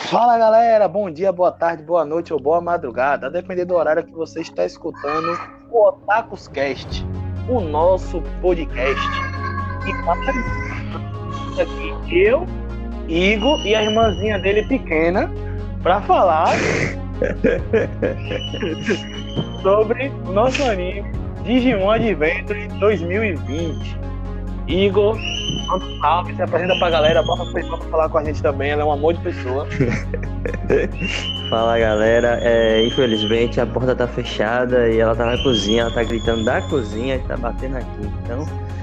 Fala galera, bom dia, boa tarde, boa noite ou boa madrugada, a depender do horário que você está escutando o Otakus Cast, o nosso podcast. E aqui eu, Igor e a irmãzinha dele pequena para falar sobre o nosso anime Digimon Adventure 2020. Igor, salve, se apresenta pra galera, bota pra falar com a gente também, ela é um amor de pessoa. Fala galera, infelizmente a porta tá fechada e ela tá na cozinha, ela tá gritando da cozinha e tá batendo aqui, então,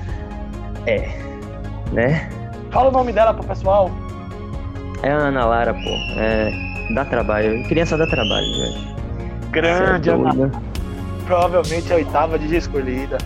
né? Fala o nome dela pro pessoal. É a Ana Lara, pô, dá trabalho, criança dá trabalho, velho. Grande Ana, provavelmente a 8ª de escolhida.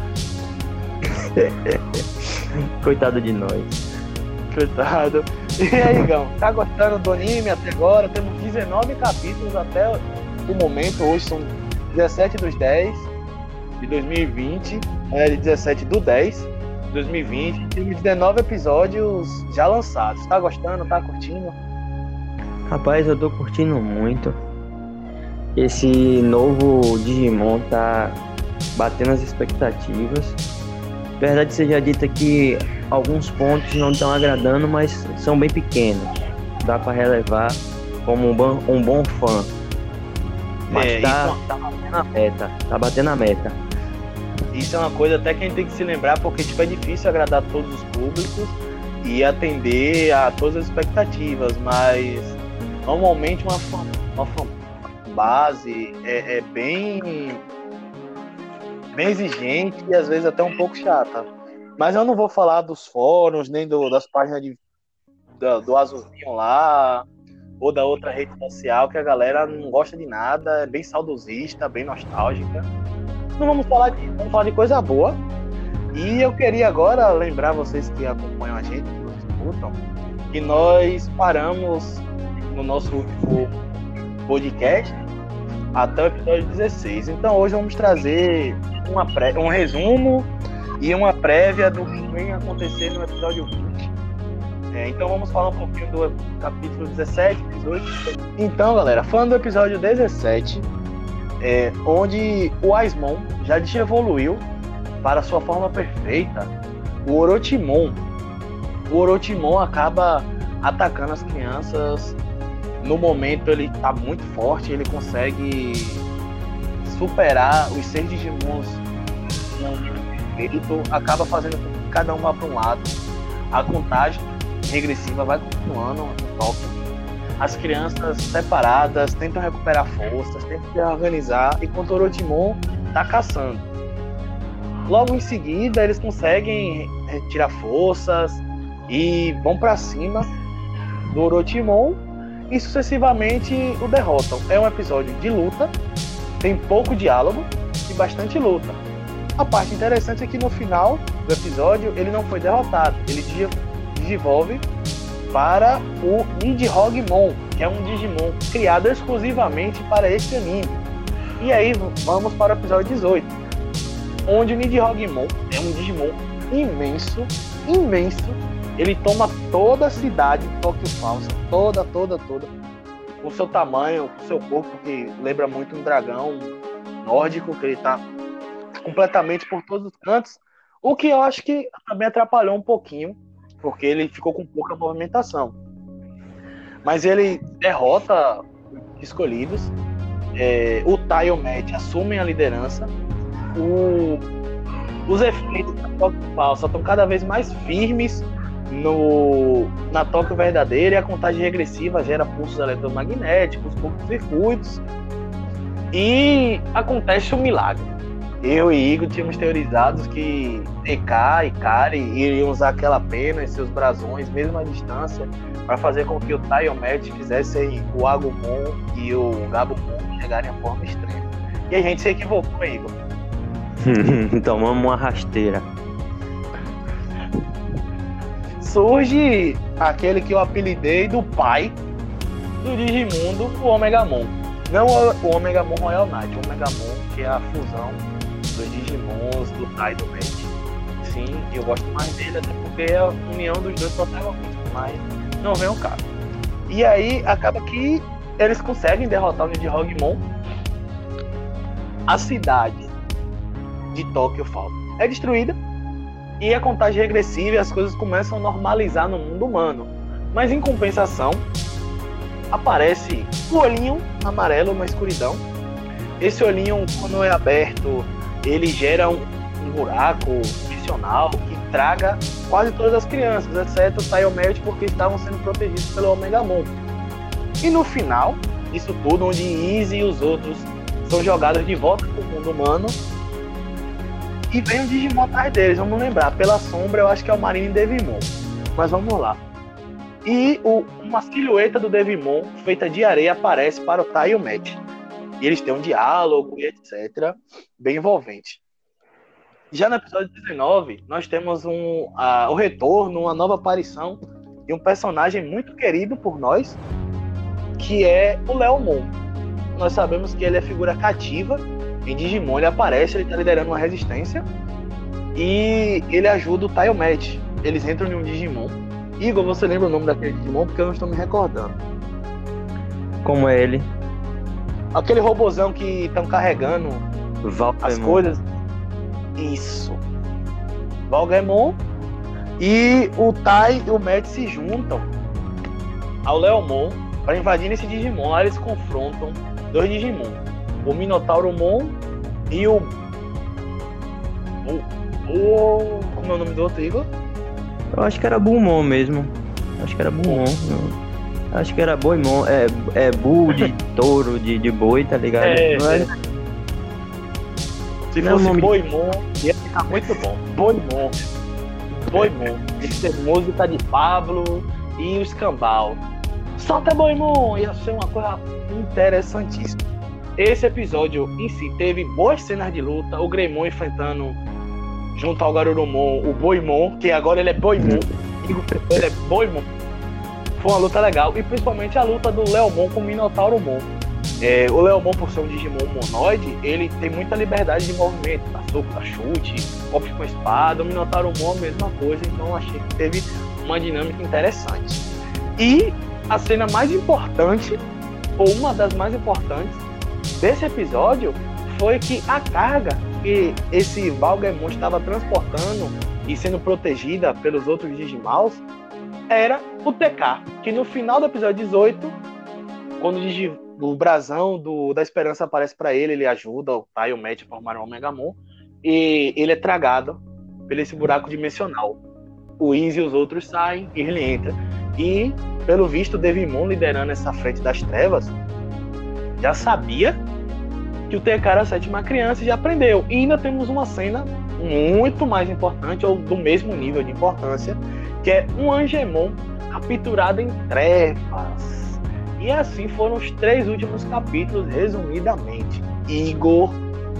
Coitado de nós. Coitado. E aí, Gão, tá gostando do anime até agora? Temos 19 capítulos até o momento. Hoje são 17/10 de 2020. 17/10 de 2020. Temos 19 episódios já lançados. Tá gostando? Tá curtindo? Rapaz, eu tô curtindo muito. Esse novo Digimon tá batendo as expectativas. Verdade seja dita que alguns pontos não estão agradando, mas são bem pequenos. Dá para relevar como um bom fã. Mas tá batendo a meta. Tá batendo a meta. Isso é uma coisa até que a gente tem que se lembrar, porque tipo, é difícil agradar todos os públicos e atender a todas as expectativas, mas normalmente uma base é bem exigente e às vezes até um pouco chata. Mas eu não vou falar dos fóruns, nem das páginas do Azulzinho lá, ou da outra rede social, que a galera não gosta de nada, é bem saudosista, bem nostálgica. Não vamos falar vamos falar de coisa boa. E eu queria agora lembrar vocês que acompanham a gente, que nos escutam, que nós paramos no nosso último podcast até o episódio 16. Então hoje vamos trazer um resumo e uma prévia do que vem acontecer no episódio 20. Então vamos falar um pouquinho do capítulo 17, 18. Então galera, falando do episódio 17, onde o Aismon já evoluiu para sua forma perfeita, o Orochimon acaba atacando as crianças. No momento ele está muito forte, ele consegue superar os 6 Digimons no nível perfeito, acaba fazendo com que cada um vá para um lado. A contagem regressiva vai continuando em Tóquio. As crianças separadas tentam recuperar forças, tentam se organizar, enquanto o Orochimon está caçando. Logo em seguida eles conseguem retirar forças e vão para cima do Orochimon e sucessivamente o derrotam. É um episódio de luta, tem pouco diálogo e bastante luta. A parte interessante é que no final do episódio ele não foi derrotado, ele desenvolve para o Nidhoggmon, que é um Digimon criado exclusivamente para este anime. E aí vamos para o episódio 18, onde o Nidhoggmon é um Digimon imenso, ele toma toda a cidade de Tóquio Falsa, toda, com seu tamanho, com seu corpo, que lembra muito um dragão nórdico, que ele está completamente por todos os cantos, o que eu acho que também atrapalhou um pouquinho, porque ele ficou com pouca movimentação. Mas ele derrota os escolhidos, o Tai e o Matt assumem a liderança, os efeitos da Tóquio Falsa estão cada vez mais firmes na Tóquio verdadeira, e a contagem regressiva gera pulsos eletromagnéticos, curtos-circuitos, e acontece um milagre. Eu e Igor tínhamos teorizados que EK e Kari iriam usar aquela pena e seus brasões, mesmo à distância, para fazer com que o Tai e o Matt fizessem o Agumon e o Gabumon chegarem à forma extrema. E a gente se equivocou, Igor. Tomamos uma rasteira. Surge aquele que eu apelidei do pai do Digimundo, o Omegamon. Não o Omegamon Royal Knight, o Omegamon que é a fusão dos Digimons do Tai e do Matt. Sim, eu gosto mais dele, até porque é a união dos dois protagonistas, mas não vem o caso. E aí acaba que eles conseguem derrotar o Nidhogg-Mon. A cidade de Tóquio é destruída e a contagem regressiva e as coisas começam a normalizar no mundo humano. Mas em compensação, aparece o olhinho amarelo na escuridão. Esse olhinho, quando é aberto, ele gera um buraco dimensional que traga quase todas as crianças, exceto o Taiomet, porque estavam sendo protegidos pelo Omegamon. E no final disso tudo, onde Izzy e os outros são jogados de volta para o mundo humano, e vem um Digimon atrás deles, vamos lembrar, pela sombra eu acho que é o Marine Devimon, mas vamos lá. E uma silhueta do Devimon feita de areia aparece para o Taiomet. E eles têm um diálogo e etc. bem envolvente. Já no episódio 19, nós temos o retorno, uma nova aparição de um personagem muito querido por nós, que é o Leomon. Nós sabemos que ele é figura cativa. Em Digimon ele aparece, ele está liderando uma resistência e ele ajuda o Taiomet. Eles entram em um Digimon. Igor, você lembra o nome daquele Digimon? Porque eu não estou me recordando. Como é ele? Aquele robozão que estão carregando as coisas. Isso. Valgemon. E o Tai e o Matt se juntam ao Leomon para invadir esse Digimon. Lá eles confrontam dois Digimon. O Minotauromon e o... Como é o nome do outro, Igor? Eu acho que era Bulmon mesmo. Acho que era Bulmon. Acho que era Boimon. É Bull de touro, de boi, tá ligado? Não é... Se fosse Boimon, ia ficar muito bom. Boimon. Ia ser música de Pablo e o Escambau. Solta Boimon! Ia ser uma coisa interessantíssima. Esse episódio em si teve boas cenas de luta. O Greymon enfrentando, junto ao Garurumon, o Boimon, que agora ele é Boimon. Ele é Boimon. Foi uma luta legal. E principalmente a luta do Leomon com o Minotauromon. O Leomon, por ser um Digimon monoide, ele tem muita liberdade de movimento. Dá soco, dá chute, golpe com a espada. O Minotauromon a mesma coisa. Então achei que teve uma dinâmica interessante. E a cena mais importante, ou uma das mais importantes desse episódio, foi que a carga que esse Valgemon estava transportando e sendo protegida pelos outros Digimaus era o TK, que no final do episódio 18, quando o brasão da esperança aparece para ele ajuda o Tai e o Matt a formar um Omegamon, e ele é tragado por esse buraco dimensional. O Izzy e os outros saem e ele entra. E, pelo visto, o Devimon, liderando essa frente das trevas, já sabia que o TK era a sétima criança e já aprendeu. E ainda temos uma cena muito mais importante, ou do mesmo nível de importância, que é um Angemon capturado em trevas. E assim foram os 3 últimos capítulos, resumidamente. Igor.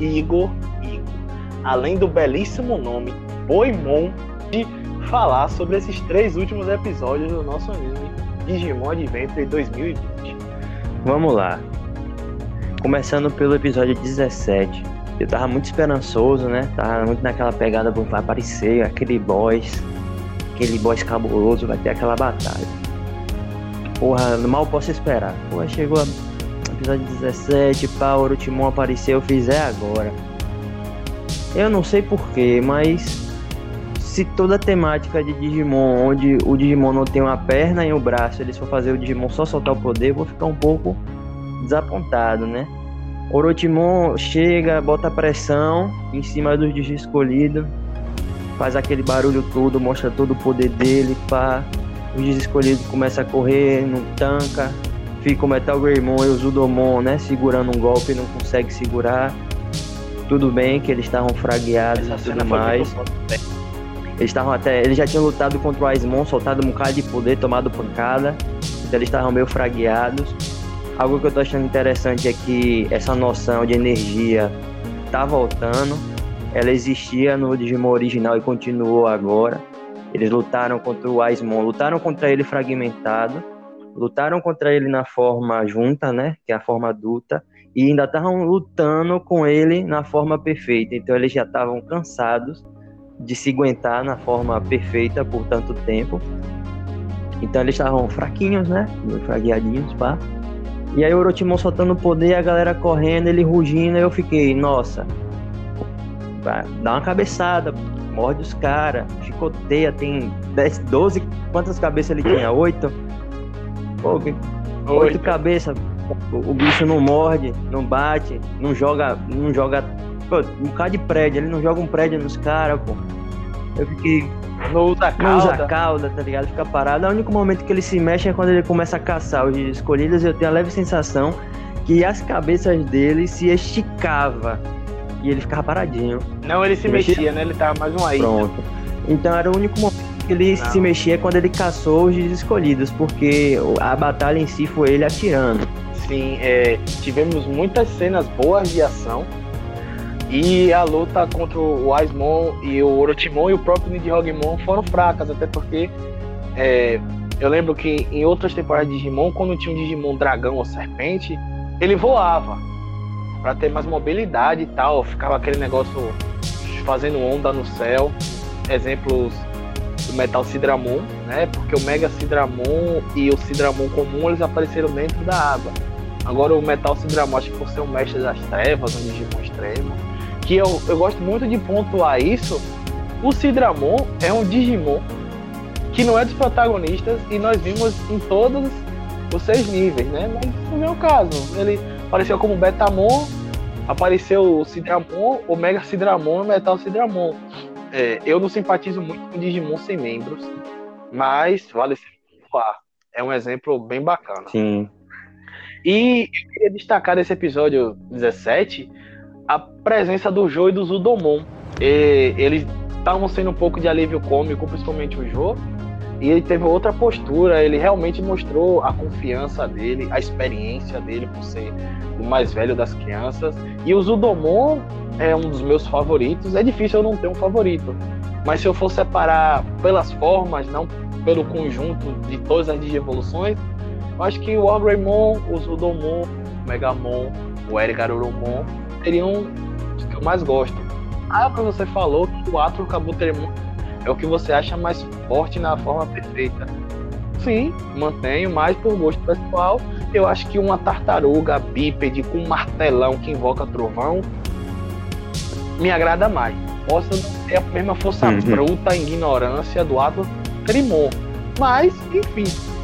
Além do belíssimo nome, Boimon, de falar sobre esses 3 últimos episódios do nosso anime Digimon Adventure 2020. Vamos lá. Começando pelo episódio 17. Eu tava muito esperançoso, né? Tava muito naquela pegada, vai aparecer aquele boss cabuloso, vai ter aquela batalha. Porra, mal posso esperar. Porra, chegou o episódio 17, pá, o Orochimon apareceu, eu fiz agora. Eu não sei porquê, mas se toda a temática de Digimon, onde o Digimon não tem uma perna e um braço, eles for fazer o Digimon só soltar o poder, eu vou ficar um pouco desapontado, né? Orochimon chega, bota pressão em cima dos Digi escolhidos, faz aquele barulho todo, mostra todo o poder dele, pá. Os Digi escolhidos começam a correr, não tanca, fica o Metal Greymon e o Zudomon, né, segurando um golpe e não consegue segurar. Tudo bem que eles estavam fragueados e tudo mais. Eles já tinham lutado contra o Aizmon, soltado um bocado de poder, tomado pancada, então eles estavam meio fragueados. Algo que eu tô achando interessante é que essa noção de energia tá voltando. Ela existia no Digimon original e continuou agora. Eles lutaram contra o Aizmon, lutaram contra ele fragmentado, lutaram contra ele na forma junta, né, que é a forma adulta, e ainda estavam lutando com ele na forma perfeita. Então eles já estavam cansados de se aguentar na forma perfeita por tanto tempo. Então eles estavam fraquinhos, né? Meio fragueadinhos, pá. E aí o Orochimaru soltando poder, a galera correndo, ele rugindo, e eu fiquei, nossa, dá uma cabeçada, morde os caras, chicoteia, tem 10, 12, quantas cabeças ele tinha? 8? Pô, 8 cabeças, o bicho não morde, não bate, não joga, pô, um bocado de prédio, ele não joga um prédio nos caras, pô. Eu fiquei... Não usa cauda, tá ligado? Fica parado. O único momento que ele se mexe é quando ele começa a caçar os escolhidos. Eu tenho a leve sensação que as cabeças dele se esticava e ele ficava paradinho. Não, ele se mexia, né? Ele tava mais um aí. Pronto. Então era o único momento que ele se mexia quando ele caçou os escolhidos, porque a batalha em si foi ele atirando. Sim, tivemos muitas cenas boas de ação. E a luta contra o Aismon e o Orochimaru e o próprio Nidhogg foram fracas, até porque eu lembro que em outras temporadas de Digimon, quando tinha um Digimon dragão ou serpente, ele voava para ter mais mobilidade e tal, ficava aquele negócio fazendo onda no céu. Exemplos do Metal Sidramon, né? Porque o Mega Sidramon e o Sidramon comum, eles apareceram dentro da água. Agora o Metal Sidramon, acho que por ser um mestre das trevas, um Digimon extremo, que eu gosto muito de pontuar isso. O Sidramon é um Digimon que não é dos protagonistas e nós vimos em todos os 6 níveis, né? Mas não é o caso. Ele apareceu como Betamon, apareceu o Sidramon, o Mega Sidramon e o Metal Sidramon. Eu não simpatizo muito com Digimon sem membros, mas vale ser falar. É um exemplo bem bacana. Sim. E eu queria destacar nesse episódio 17 a presença do Joe e do Zudomon. Eles estavam sendo um pouco de alívio cômico, principalmente o Joe, e ele teve outra postura. Ele realmente mostrou a confiança dele, a experiência dele por ser o mais velho das crianças. E o Zudomon é um dos meus favoritos. É difícil eu não ter um favorito, mas se eu for separar pelas formas, não pelo conjunto de todas as digievoluções, eu acho que o Wargreymon, o Zudomon, o Megamon, o Erigarurumon seriam os que eu mais gosto. Você falou que o Atro Kabutorimon é o que você acha mais forte na forma perfeita. Sim, mantenho, mas por gosto pessoal, eu acho que uma tartaruga bípede com um martelão que invoca trovão me agrada mais. Posso não ter a mesma força bruta e ignorância do Atro Kabutorimon, mas, enfim.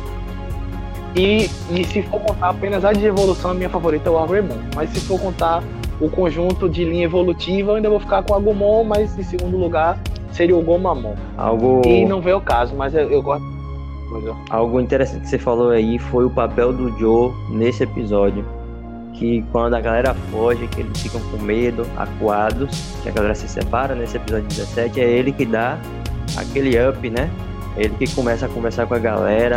E se for contar apenas a de evolução, a minha favorita é o Agumon. Mas se for contar o conjunto de linha evolutiva, eu ainda vou ficar com o Agumon, mas em segundo lugar seria o Gomamon. E não veio o caso, mas eu gosto. Algo interessante que você falou aí foi o papel do Joe nesse episódio. Que quando a galera foge, que eles ficam com medo, acuados, que a galera se separa nesse episódio 17, é ele que dá aquele up, né? Ele que começa a conversar com a galera,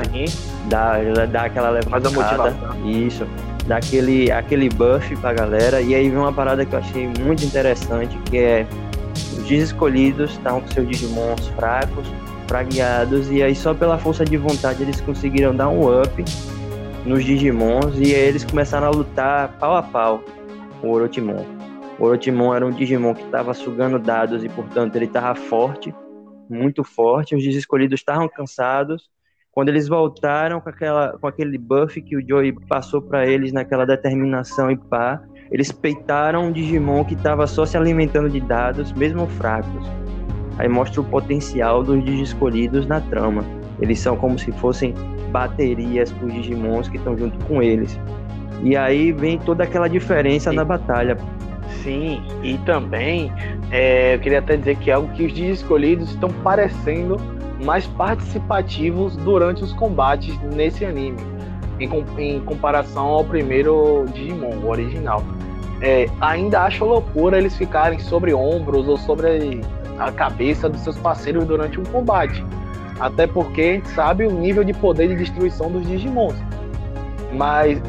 dá aquela levantada, isso, dá aquele buff pra galera. E aí vem uma parada que eu achei muito interessante, que é os escolhidos estavam com seus Digimons fracos, fragueados, e aí só pela força de vontade eles conseguiram dar um up nos Digimons, e aí eles começaram a lutar pau a pau com o Orochimaru. O Orochimaru era um Digimon que estava sugando dados e, portanto, ele estava forte, muito forte. Os escolhidos estavam cansados. Quando eles voltaram com aquele buff que o Joey passou para eles, naquela determinação e pá, eles peitaram um Digimon que estava só se alimentando de dados, mesmo fracos. Aí mostra o potencial dos escolhidos na trama. Eles são como se fossem baterias para os Digimons que estão junto com eles. E aí vem toda aquela diferença na batalha. Sim, e também eu queria até dizer que é algo que os escolhidos estão parecendo mais participativos durante os combates nesse anime, em comparação ao primeiro Digimon, o original. Ainda acho loucura eles ficarem sobre ombros ou sobre a cabeça dos seus parceiros durante um combate, até porque a gente sabe o nível de poder de destruição dos Digimons, mas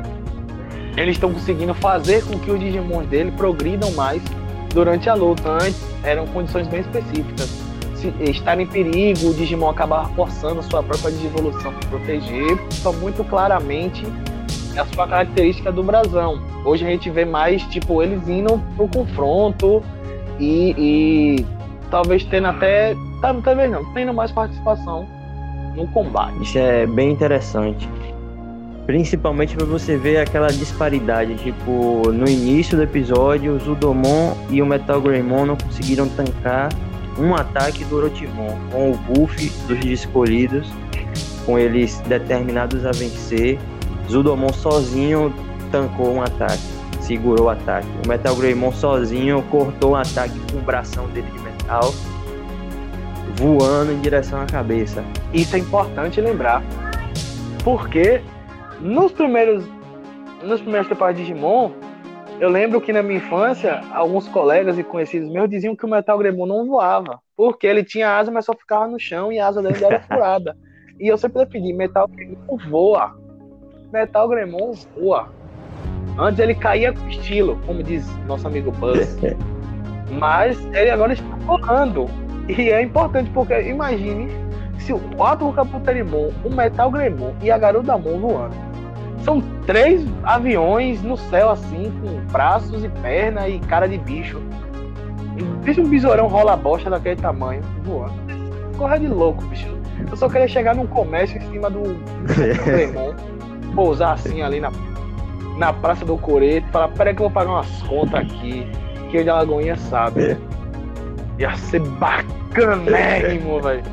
eles estão conseguindo fazer com que os Digimons dele progridam mais durante a luta. Antes eram condições bem específicas. Se estar em perigo, o Digimon acabava forçando sua própria Digivolução para proteger. Só muito claramente a sua característica do brasão. Hoje a gente vê mais tipo eles indo pro confronto e talvez tendo até talvez não, tendo mais participação no combate. Isso é bem interessante. Principalmente para você ver aquela disparidade. Tipo, no início do episódio, o Zudomon e o Metal Greymon não conseguiram tancar um ataque do Orochimon, com o buff dos escolhidos, com eles determinados a vencer. Zudomon sozinho tancou um ataque, segurou o ataque. O Metal Greymon sozinho cortou um ataque com o bração dele de metal, voando em direção à cabeça. Isso é importante lembrar, porque nos primeiros temporadas de Digimon, eu lembro que na minha infância, alguns colegas e conhecidos meus diziam que o Metal Greymon não voava, porque ele tinha asa, mas só ficava no chão e a asa dele era furada. E eu sempre pedi, Metal Greymon voa. Metal Greymon voa. Antes ele caía com estilo, como diz nosso amigo Buzz. Mas ele agora está voando. E é importante, porque imagine se o Átomo Kabuterimon, o Metal Greymon e a Garudamon voando. São 3 aviões no céu assim, com braços e perna e cara de bicho. Deixa um besourão rola bosta daquele tamanho, voando. Corre de louco, bicho. Eu só queria chegar num comércio em cima do Greymon, pousar assim ali na Praça do Coreto e falar, peraí que eu vou pagar umas contas aqui, que o de Alagoinha sabe. Ia ser bacanérrimo, velho.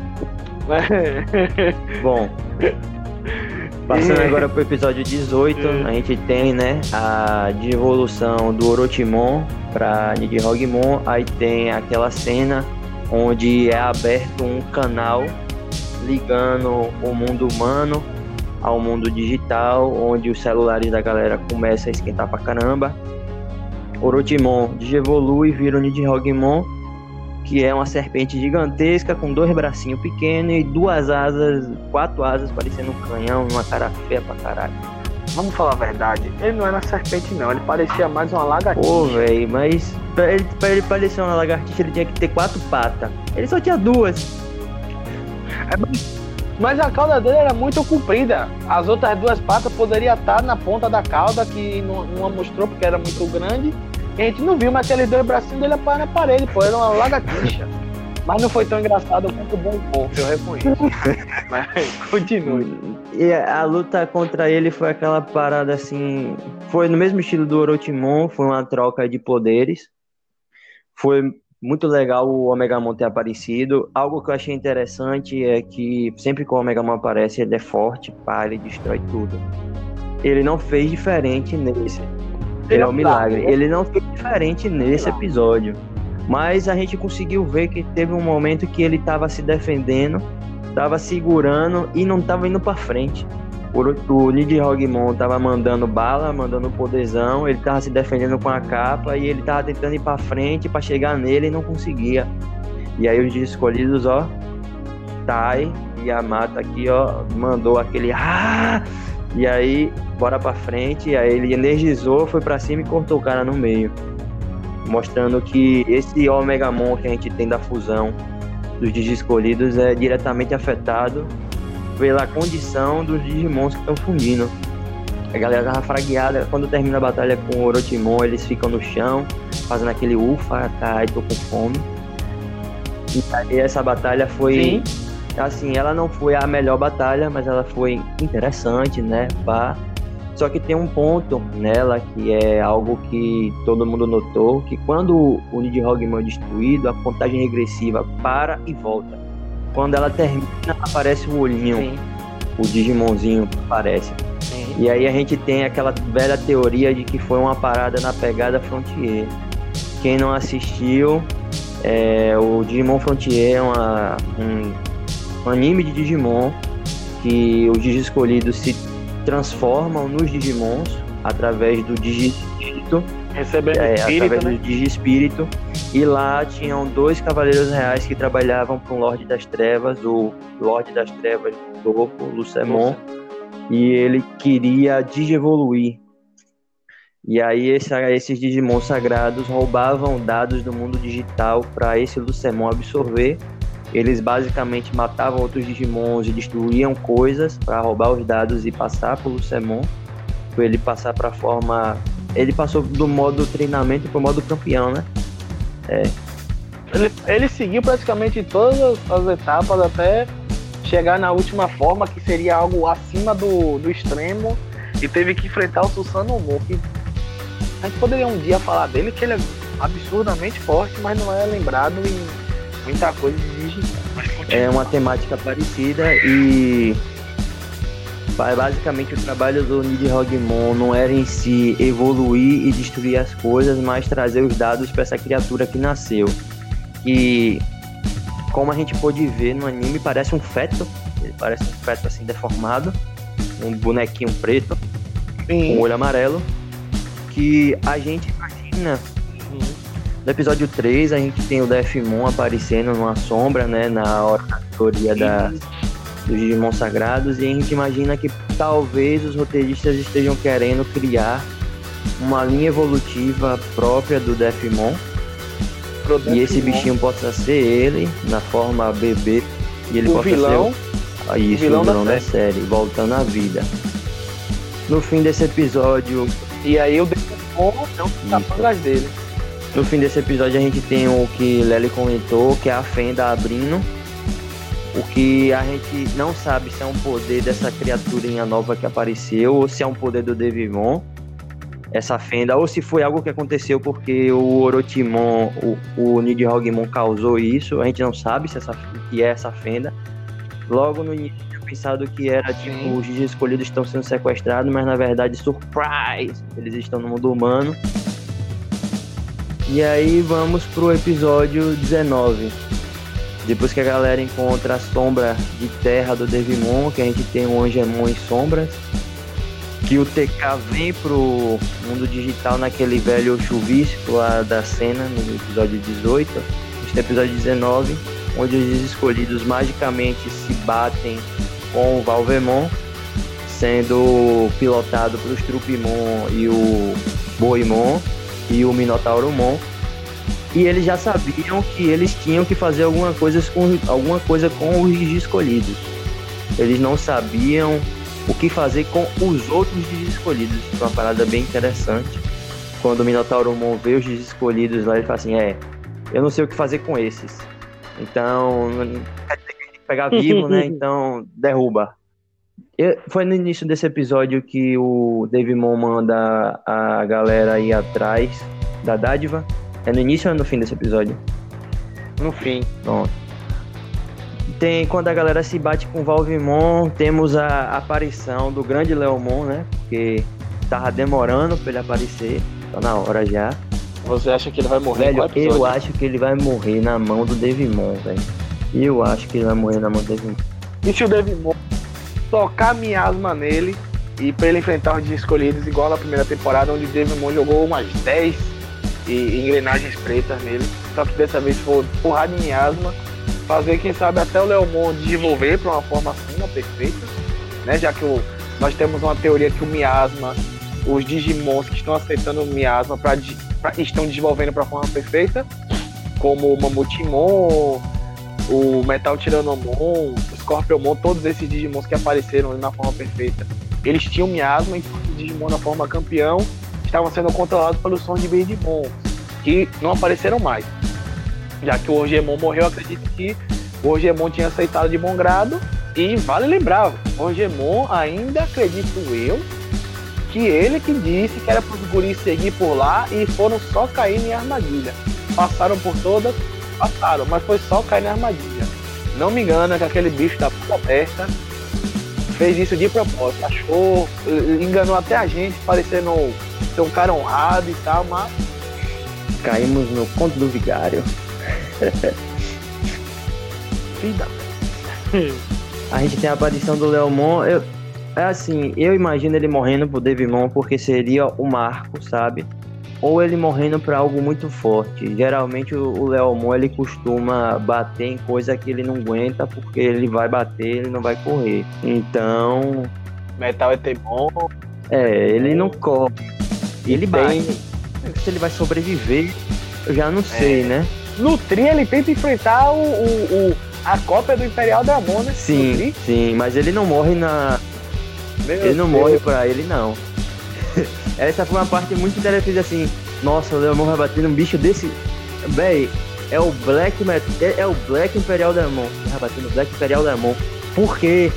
Bom, passando agora pro episódio 18, a gente tem, né, a devolução do Orochimon pra Nidhogmon. Aí tem aquela cena onde é aberto um canal ligando o mundo humano ao mundo digital, onde os celulares da galera começam a esquentar pra caramba. Orochimon digievolui e vira o Nidhogmon, que é uma serpente gigantesca com 2 bracinhos pequenos e 2 asas, 4 asas parecendo um canhão, uma cara feia pra caralho. Vamos falar a verdade, ele não era serpente não, ele parecia mais uma lagartixa. Pô, velho, mas pra ele parecer uma lagartixa ele tinha que ter 4 patas. Ele só tinha 2. Mas a cauda dele era muito comprida. As outras 2 patas poderiam estar na ponta da cauda, que não mostrou porque era muito grande. A gente não viu, mas aqueles 2 bracinhos dele apoiaram na parede, pô, era uma lagartixa. Mas não foi tão engraçado quanto o Bom Bom, que eu reconheço. Mas continue. E a luta contra ele foi aquela parada assim, foi no mesmo estilo do Orochimon, foi uma troca de poderes. Foi muito legal o Omegamon ter aparecido. Algo que eu achei interessante é que sempre que o Omegamon aparece, ele é forte, pá, ele destrói tudo. Ele não fez diferente nesse. Ele é um milagre. Ele não fez diferente nesse episódio. Mas a gente conseguiu ver que teve um momento que ele estava se defendendo, estava segurando e não estava indo para frente. O Nidhogmon estava mandando bala, mandando poderzão, ele estava se defendendo com a capa e ele estava tentando ir para frente para chegar nele e não conseguia. E aí os escolhidos, ó, Tai e Yamato aqui, ó, mandou aquele e aí bora para frente, aí ele energizou, foi para cima e cortou o cara no meio, mostrando que esse Omegamon que a gente tem da fusão dos Digiscolhidos é diretamente afetado pela condição dos Digimons que estão fundindo. A galera tava fragueada. Quando termina a batalha com o Orochimon, eles ficam no chão, fazendo aquele ufa, tá, tô com fome. E aí essa batalha foi, assim, ela não foi a melhor batalha, mas ela foi interessante, né, pá. Só que tem um ponto nela que é algo que todo mundo notou, que quando o Nidhogmon é destruído, a contagem regressiva para e volta. Quando ela termina, aparece o olhinho, o Digimonzinho aparece. E aí a gente tem aquela velha teoria de que foi uma parada na pegada Frontier. Quem não assistiu, o Digimon Frontier é um anime de Digimon que os Digiscolhidos se transformam nos Digimons através do Digispírito, através do Digispírito. E lá tinham 2 Cavaleiros Reais que trabalhavam para um Lorde das Trevas, o Lorde das Trevas do topo, Lucemon, e ele queria digievoluir. E aí esses Digimon sagrados roubavam dados do mundo digital para esse Lucemon absorver. Eles basicamente matavam outros Digimons e destruíam coisas para roubar os dados e passar pro Lucemon, para ele passar para a forma... Ele passou do modo treinamento para o modo campeão, né? Ele seguiu praticamente todas as etapas até chegar na última forma, que seria algo acima do extremo, e teve que enfrentar o Susanoo, que a gente poderia um dia falar dele, que ele é absurdamente forte, mas não é lembrado em muita coisa de digital. É uma temática parecida e basicamente o trabalho do Nidhogg não era em si evoluir e destruir as coisas, mas trazer os dados para essa criatura que nasceu. E como a gente pôde ver no anime, parece um feto. Ele parece um feto assim deformado, um bonequinho preto, com um olho amarelo, que a gente imagina. No episódio 3 a gente tem o Deathmon aparecendo numa sombra, né, na hora da teoria dos Digimon Sagrados, e a gente imagina que talvez os roteiristas estejam querendo criar uma linha evolutiva própria do Deathmon, e esse bichinho possa ser ele na forma bebê, e ele possa ser o vilão da série, voltando à vida. No fim desse episódio, e aí o Deathmon não tá atrás dele. No fim desse episódio a gente tem o que Lely comentou, que é a fenda abrindo. O que a gente não sabe se é um poder dessa criaturinha nova que apareceu, ou se é um poder do Devimon, essa fenda, ou se foi algo que aconteceu porque o Orochimon, o Nidhoggmon causou isso. A gente não sabe se que é essa fenda. Logo no início eu tinha pensado que era tipo, os Digi escolhidos estão sendo sequestrados, mas na verdade, surprise, eles estão no mundo humano. E aí vamos pro episódio 19. Depois que a galera encontra a sombra de terra do Devimon, que a gente tem o Angemon em sombras, que o TK vem pro mundo digital naquele velho chuvisco lá da cena, no episódio 18. Este episódio 19, onde os escolhidos magicamente se batem com o Valvemon, sendo pilotado pelos Trupimon e o Boimon e o Minotauromon, e eles já sabiam que eles tinham que fazer alguma coisa com os Digi escolhidos. Eles não sabiam o que fazer com os outros Digi escolhidos. Foi uma parada bem interessante. Quando o Minotauromon vê os Digi escolhidos lá, ele fala assim, eu não sei o que fazer com esses. Então, tem que pegar vivo, né? Então, derruba. Foi no início desse episódio que o Devimon manda a galera ir atrás da dádiva. É no início ou é no fim desse episódio? No fim. Pronto. Quando a galera se bate com o Valvemon, temos a aparição do grande Leomon, né? Porque tava demorando pra ele aparecer. Tá na hora já. Você acha que ele vai morrer? Velho, eu acho que ele vai morrer na mão do Devimon, velho. Eu acho que ele vai morrer na mão do Devimon. E se o Devimon tocar miasma nele e pra ele enfrentar os Digi escolhidos, igual na primeira temporada, onde o Devimon jogou umas 10 engrenagens pretas nele, só que dessa vez foi porrada de miasma, fazer quem sabe até o Leomon desenvolver para uma forma acima perfeita, né? Já que nós temos uma teoria que o miasma, os Digimons que estão aceitando o miasma estão desenvolvendo para a forma perfeita, como o Mamutimon, o Metal Tiranomon, o Scorpiomon, todos esses Digimons que apareceram na forma perfeita, eles tinham miasma, e os Digimon na forma campeão estavam sendo controlados pelos sons de Birdmon, que não apareceram mais. Já que o Orgemon morreu, acredito que o Orgemon tinha aceitado de bom grado, e vale lembrar, o Orgemon ainda, acredito eu, que ele que disse que era para os guris seguir por lá e foram só cair em armadilha. Passaram por todas, passaram, mas foi só cair na armadilha. Não me engana que aquele bicho da puta aberta fez isso de propósito, enganou até a gente, parecendo ser um cara honrado e tal, mas caímos no conto do vigário. A gente tem a aparição do Leomon. Eu imagino ele morrendo pro Devimon porque seria o marco, sabe? Ou ele morrendo pra algo muito forte. Geralmente o Leomon ele costuma bater em coisa que ele não aguenta, porque ele vai bater, ele não vai correr. Então, Metal é bom. Ele não corre. Ele bate. Se ele vai sobreviver, eu já não sei, né? No Tri ele tenta enfrentar a cópia do Imperial Dramon, né? Sim, mas ele não morre ele não morre pra ele, não. Essa foi uma parte muito interessante, assim. Nossa, o Leomon vai bater num bicho desse. Véi, é o Black Imperial Dramon. Vai bater no Black Imperial Dramon. Por quê?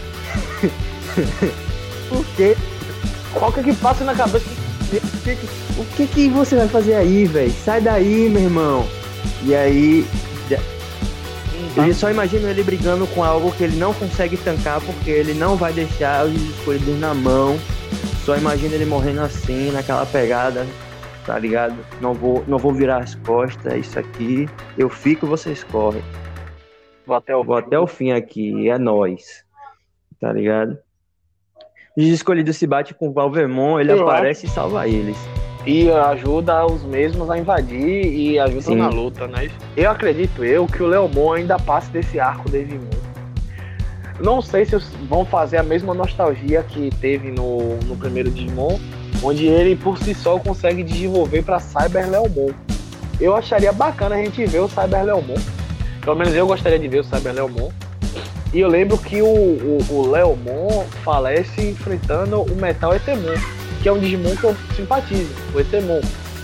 Por quê? Qual que passa na cabeça? O que você vai fazer aí, velho? Sai daí, meu irmão. E aí, eu só imagino ele brigando com algo que ele não consegue tancar, porque ele não vai deixar os escolhidos na mão. Só imagino ele morrendo assim, naquela pegada, tá ligado? Não vou virar as costas, isso aqui. Eu fico, vocês correm. Vou até o fim aqui, é nóis. Tá ligado? Os escolhidos se bate com o Valvermont, ele aparece e salva eles. E ajuda os mesmos a invadir e ajuda na luta, né? Eu acredito que o Leomon ainda passe desse arco Devimon. Não sei se vão fazer a mesma nostalgia que teve no primeiro Digimon, onde ele por si só consegue desenvolver para Cyber Leomon. Eu acharia bacana a gente ver o Cyber Leomon. Pelo menos eu gostaria de ver o Cyber Leomon. E eu lembro que o Leomon falece enfrentando o Metal Etemon, que é um Digimon que eu simpatizo, o Etemon.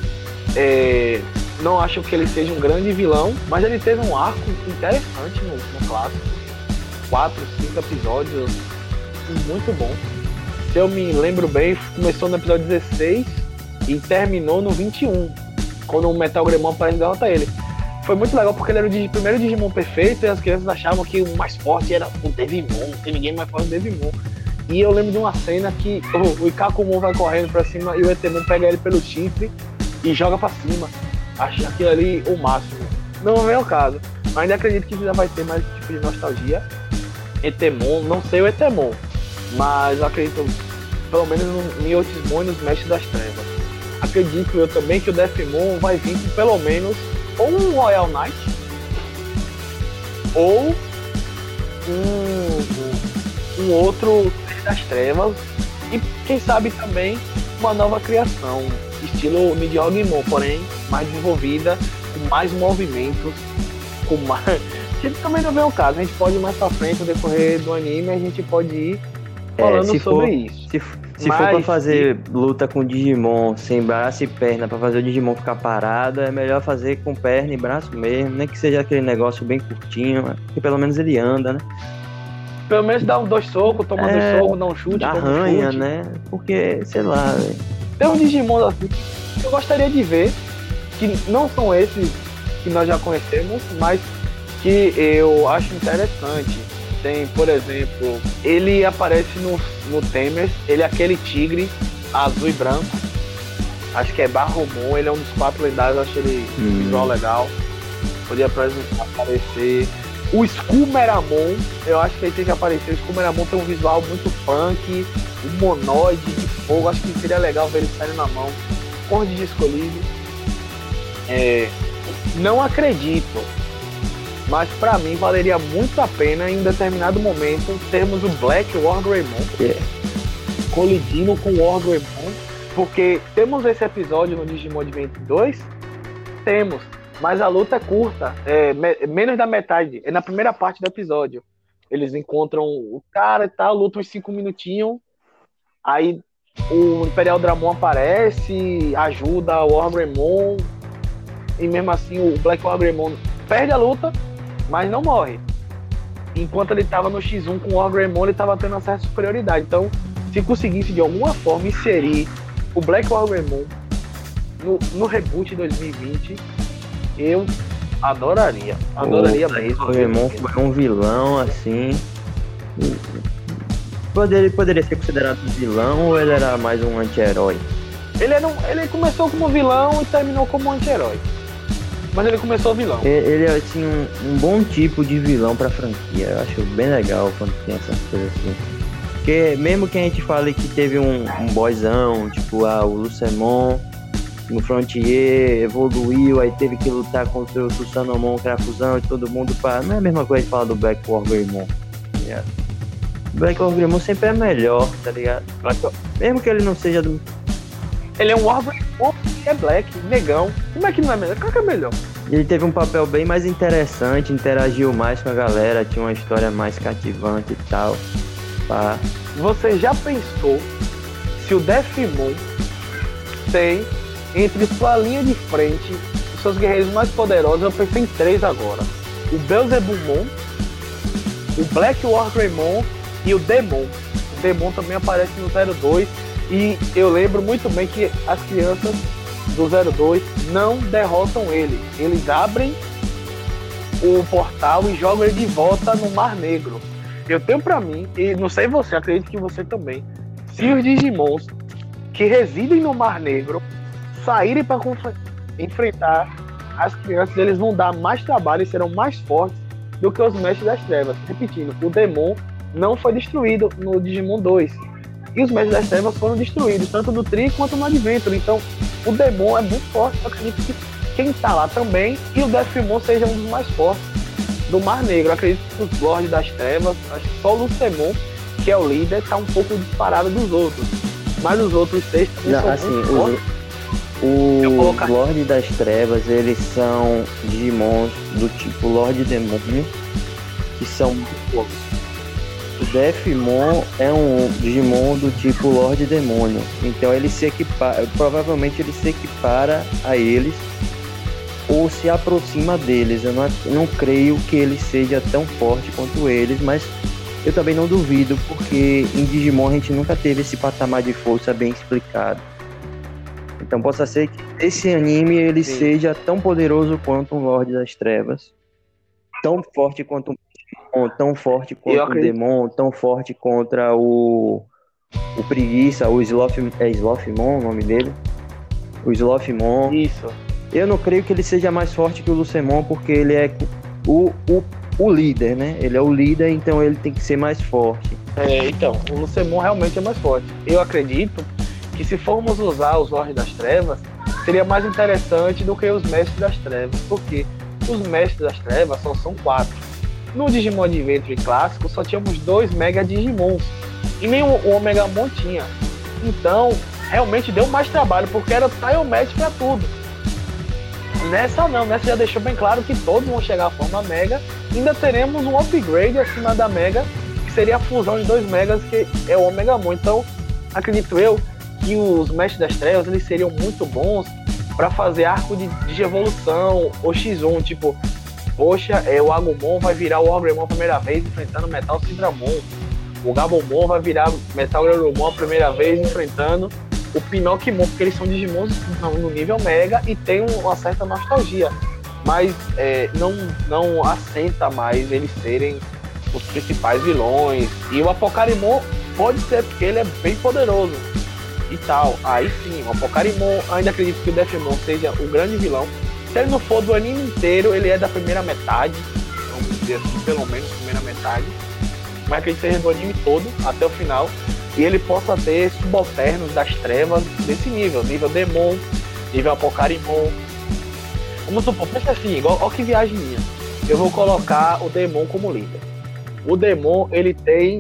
Não acho que ele seja um grande vilão, mas ele teve um arco interessante no clássico. 4, 5 episódios, muito bom. Se eu me lembro bem, começou no episódio 16 e terminou no 21, quando o Metal Greymon aparece e derrota ele. Foi muito legal porque ele era o primeiro Digimon perfeito e as crianças achavam que o mais forte era o Devimon, não tem ninguém mais forte do Devimon. E eu lembro de uma cena que o Ikakumon vai correndo pra cima e o Etemon pega ele pelo chifre e joga pra cima. Acho aquilo ali o máximo. Não é o caso. Mas ainda acredito que ainda vai ter mais tipo de nostalgia. Etemon, não sei o Etemon, mas acredito pelo menos no Miotismon e nos Mestres das Trevas. Acredito eu também que o Deathmon vai vir com pelo menos ou um Royal Knight ou um outro das Trevas e quem sabe também uma nova criação estilo Nidhoggmon, porém mais desenvolvida, com mais movimentos, com mais... que também não vem o caso, a gente pode ir mais pra frente no decorrer do anime, a gente pode ir falando sobre isso. Se for pra fazer luta com Digimon sem braço e perna, pra fazer o Digimon ficar parado, é melhor fazer com perna e braço mesmo, nem que seja aquele negócio bem curtinho, que pelo menos ele anda, né? Pelo menos dá uns 2 socos, toma 2 socos, dá um chute, arranha, né? Porque, sei lá, velho. Tem um Digimon assim que eu gostaria de ver, que não são esses que nós já conhecemos, mas que eu acho interessante. Tem, por exemplo, ele aparece no Tamers, ele é aquele tigre azul e branco, acho que é Barromon, ele é um dos 4 lendários, acho ele visual legal, podia aparecer. O Skumeramon, eu acho que ele tem que aparecer. O Skumeramon tem um visual muito funk, um monoide de fogo, acho que seria legal ver ele saindo na mão, cor de escolhido. Não acredito, mas pra mim valeria muito a pena em determinado momento termos o Black Wargreymon colidindo com o Wargreymon, porque temos esse episódio no Digimon Adventure 2, temos, mas a luta é curta, menos da metade, é na primeira parte do episódio. Eles encontram o cara e tal, lutam uns 5 minutinhos, aí o Imperial Dramon aparece, ajuda o Wargreymon, e mesmo assim o Black Wargreymon perde a luta, mas não morre. Enquanto ele estava no X1 com o Wargreymon, ele estava tendo uma certa superioridade. Então, se conseguisse de alguma forma inserir o Black Wargreymon no reboot de 2020, eu adoraria mesmo. O Wargreymon foi um vilão assim. Poderia ser considerado um vilão ou ele era mais um anti-herói? Ele começou como vilão e terminou como anti-herói. Mas ele começou vilão. Ele é assim, um bom tipo de vilão pra franquia. Eu acho bem legal quando tem essas coisas assim. Porque mesmo que a gente fale que teve um boyzão, tipo o Lucemon no Frontier, evoluiu, aí teve que lutar contra o Susanomon, que era fusão, e todo mundo não é a mesma coisa de falar do Black Wargreymon, tá ligado? O Black Wargreymon sempre é melhor, tá ligado? Mesmo que ele não seja do... Ele é um Wargreymon que é black, negão. Como é que não é melhor? Qual que é melhor? Ele teve um papel bem mais interessante, interagiu mais com a galera, tinha uma história mais cativante e tal. Pá. Você já pensou se o Deathmon tem entre sua linha de frente os seus guerreiros mais poderosos? Eu pensei em 3 agora. O Beelzebumon, o Black War Greymon e o Demon. O Demon também aparece no 02 e eu lembro muito bem que as crianças do 02 não derrotam ele. Eles abrem o portal e jogam ele de volta no Mar Negro. Eu tenho pra mim, e não sei você, acredito que você também, se os Digimons que residem no Mar Negro saírem para enfrentar as crianças, eles vão dar mais trabalho e serão mais fortes do que os Mestres das Trevas. Repetindo, o Demon não foi destruído no Digimon 2. E os Mestres das Trevas foram destruídos, tanto no Tri quanto no Adventure. Então, o Demon é muito forte. Eu acredito que quem tá lá também e o Deathmon seja um dos mais fortes do Mar Negro. Eu acredito que os Lords das Trevas, acho que só o Lucemon, que é o líder, tá um pouco disparado dos outros. Mas os outros 6 também são assim, muito fortes. Os Lorde das Trevas, eles são Digimons do tipo Lorde Demônio, que são muito fortes. O Deathmon é um Digimon do tipo Lorde Demônio, então ele se equipara, provavelmente ele se equipara a eles ou se aproxima deles. Eu não creio que ele seja tão forte quanto eles, mas eu também não duvido, porque em Digimon a gente nunca teve esse patamar de força bem explicado. Então possa ser que esse anime ele seja tão poderoso quanto um Lorde das Trevas, tão forte quanto um Digimon, tão forte quanto um Demon, tão forte contra o Preguiça, o Slothmon o nome dele? O Slothmon. Isso. Eu não creio que ele seja mais forte que o Lucemon, porque ele é o líder, né? Ele é o líder, então ele tem que ser mais forte. Então, o Lucemon realmente é mais forte. Eu acredito que se formos usar os Lordes das Trevas, seria mais interessante do que os Mestres das Trevas, porque os Mestres das Trevas só são 4. No Digimon Adventure clássico, só tínhamos 2 Mega Digimons, e nem o Omegamon tinha. Então, realmente deu mais trabalho, porque era Tile Match pra tudo. Nessa não, nessa já deixou bem claro que todos vão chegar à forma Mega. Ainda teremos um upgrade acima da Mega, que seria a fusão de 2 Megas, que é o Omegamon. Então, acredito eu que os Mestres das Trevas eles seriam muito bons para fazer arco de evolução ou X1, tipo, poxa, o Agumon vai virar o Ogreymon a primeira vez enfrentando o Metal Sidramon. O Gabumon vai virar Metal Garurumon a primeira vez enfrentando o Pinocchimon, porque eles são Digimons no nível Mega e tem uma certa nostalgia, mas não assenta mais eles serem os principais vilões. E o Apocarimon pode ser, porque ele é bem poderoso e tal. Aí sim, o Apocarimon, ainda acredito que o Deathmon seja o grande vilão. Se ele não for do anime inteiro, ele é da primeira metade, vamos dizer assim, pelo menos primeira metade, mas que ele seja do anime todo, até o final, e ele possa ter subalternos das trevas desse nível Demon, nível Apocarimon. Vamos supor, pensa assim, ó que viagem minha. Eu vou colocar o Demon como líder. O Demon, ele tem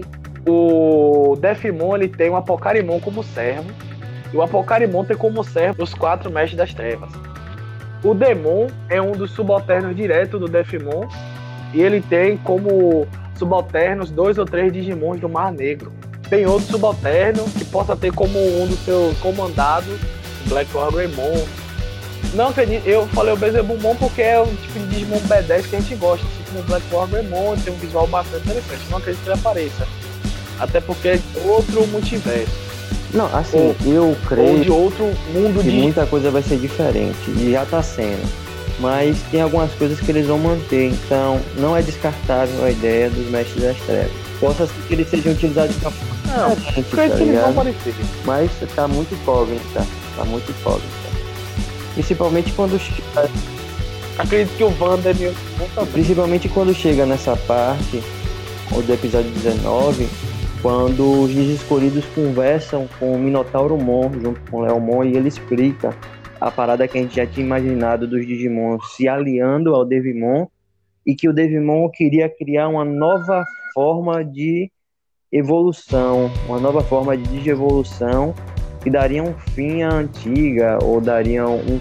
o Deathmon, ele tem o Apocarimon como servo, e o Apocarimon tem como servo os 4 Mestres das Trevas. O Demon é um dos subalternos diretos do Deathmon, e ele tem como subalternos 2 ou 3 Digimons do Mar Negro. Tem outro subalterno que possa ter como um dos seus comandados Black War Greymon. Não acredito, eu falei o Bezebumon porque é um tipo de Digimon B10 que a gente gosta, assim como o Black War Greymon, tem um visual bastante interessante. Não acredito que ele apareça, até porque é outro multiverso. Não, assim, eu creio de outro mundo que muita coisa vai ser diferente, e já tá sendo. Mas tem algumas coisas que eles vão manter, então não é descartável a ideia dos Mestres das Trevas. Possa ser que eles sejam utilizados de uma forma diferente, tá ligado? Mas tá muito incógnita, Principalmente quando chega... Acredito que o Wander também. Principalmente quando chega nessa parte do episódio 19, quando os Escolhidos conversam com o Minotauromon junto com o Leomon, e ele explica a parada que a gente já tinha imaginado dos Digimon se aliando ao Devimon, e que o Devimon queria criar uma nova forma de evolução, uma nova forma de digievolução, que daria um fim à antiga, ou daria um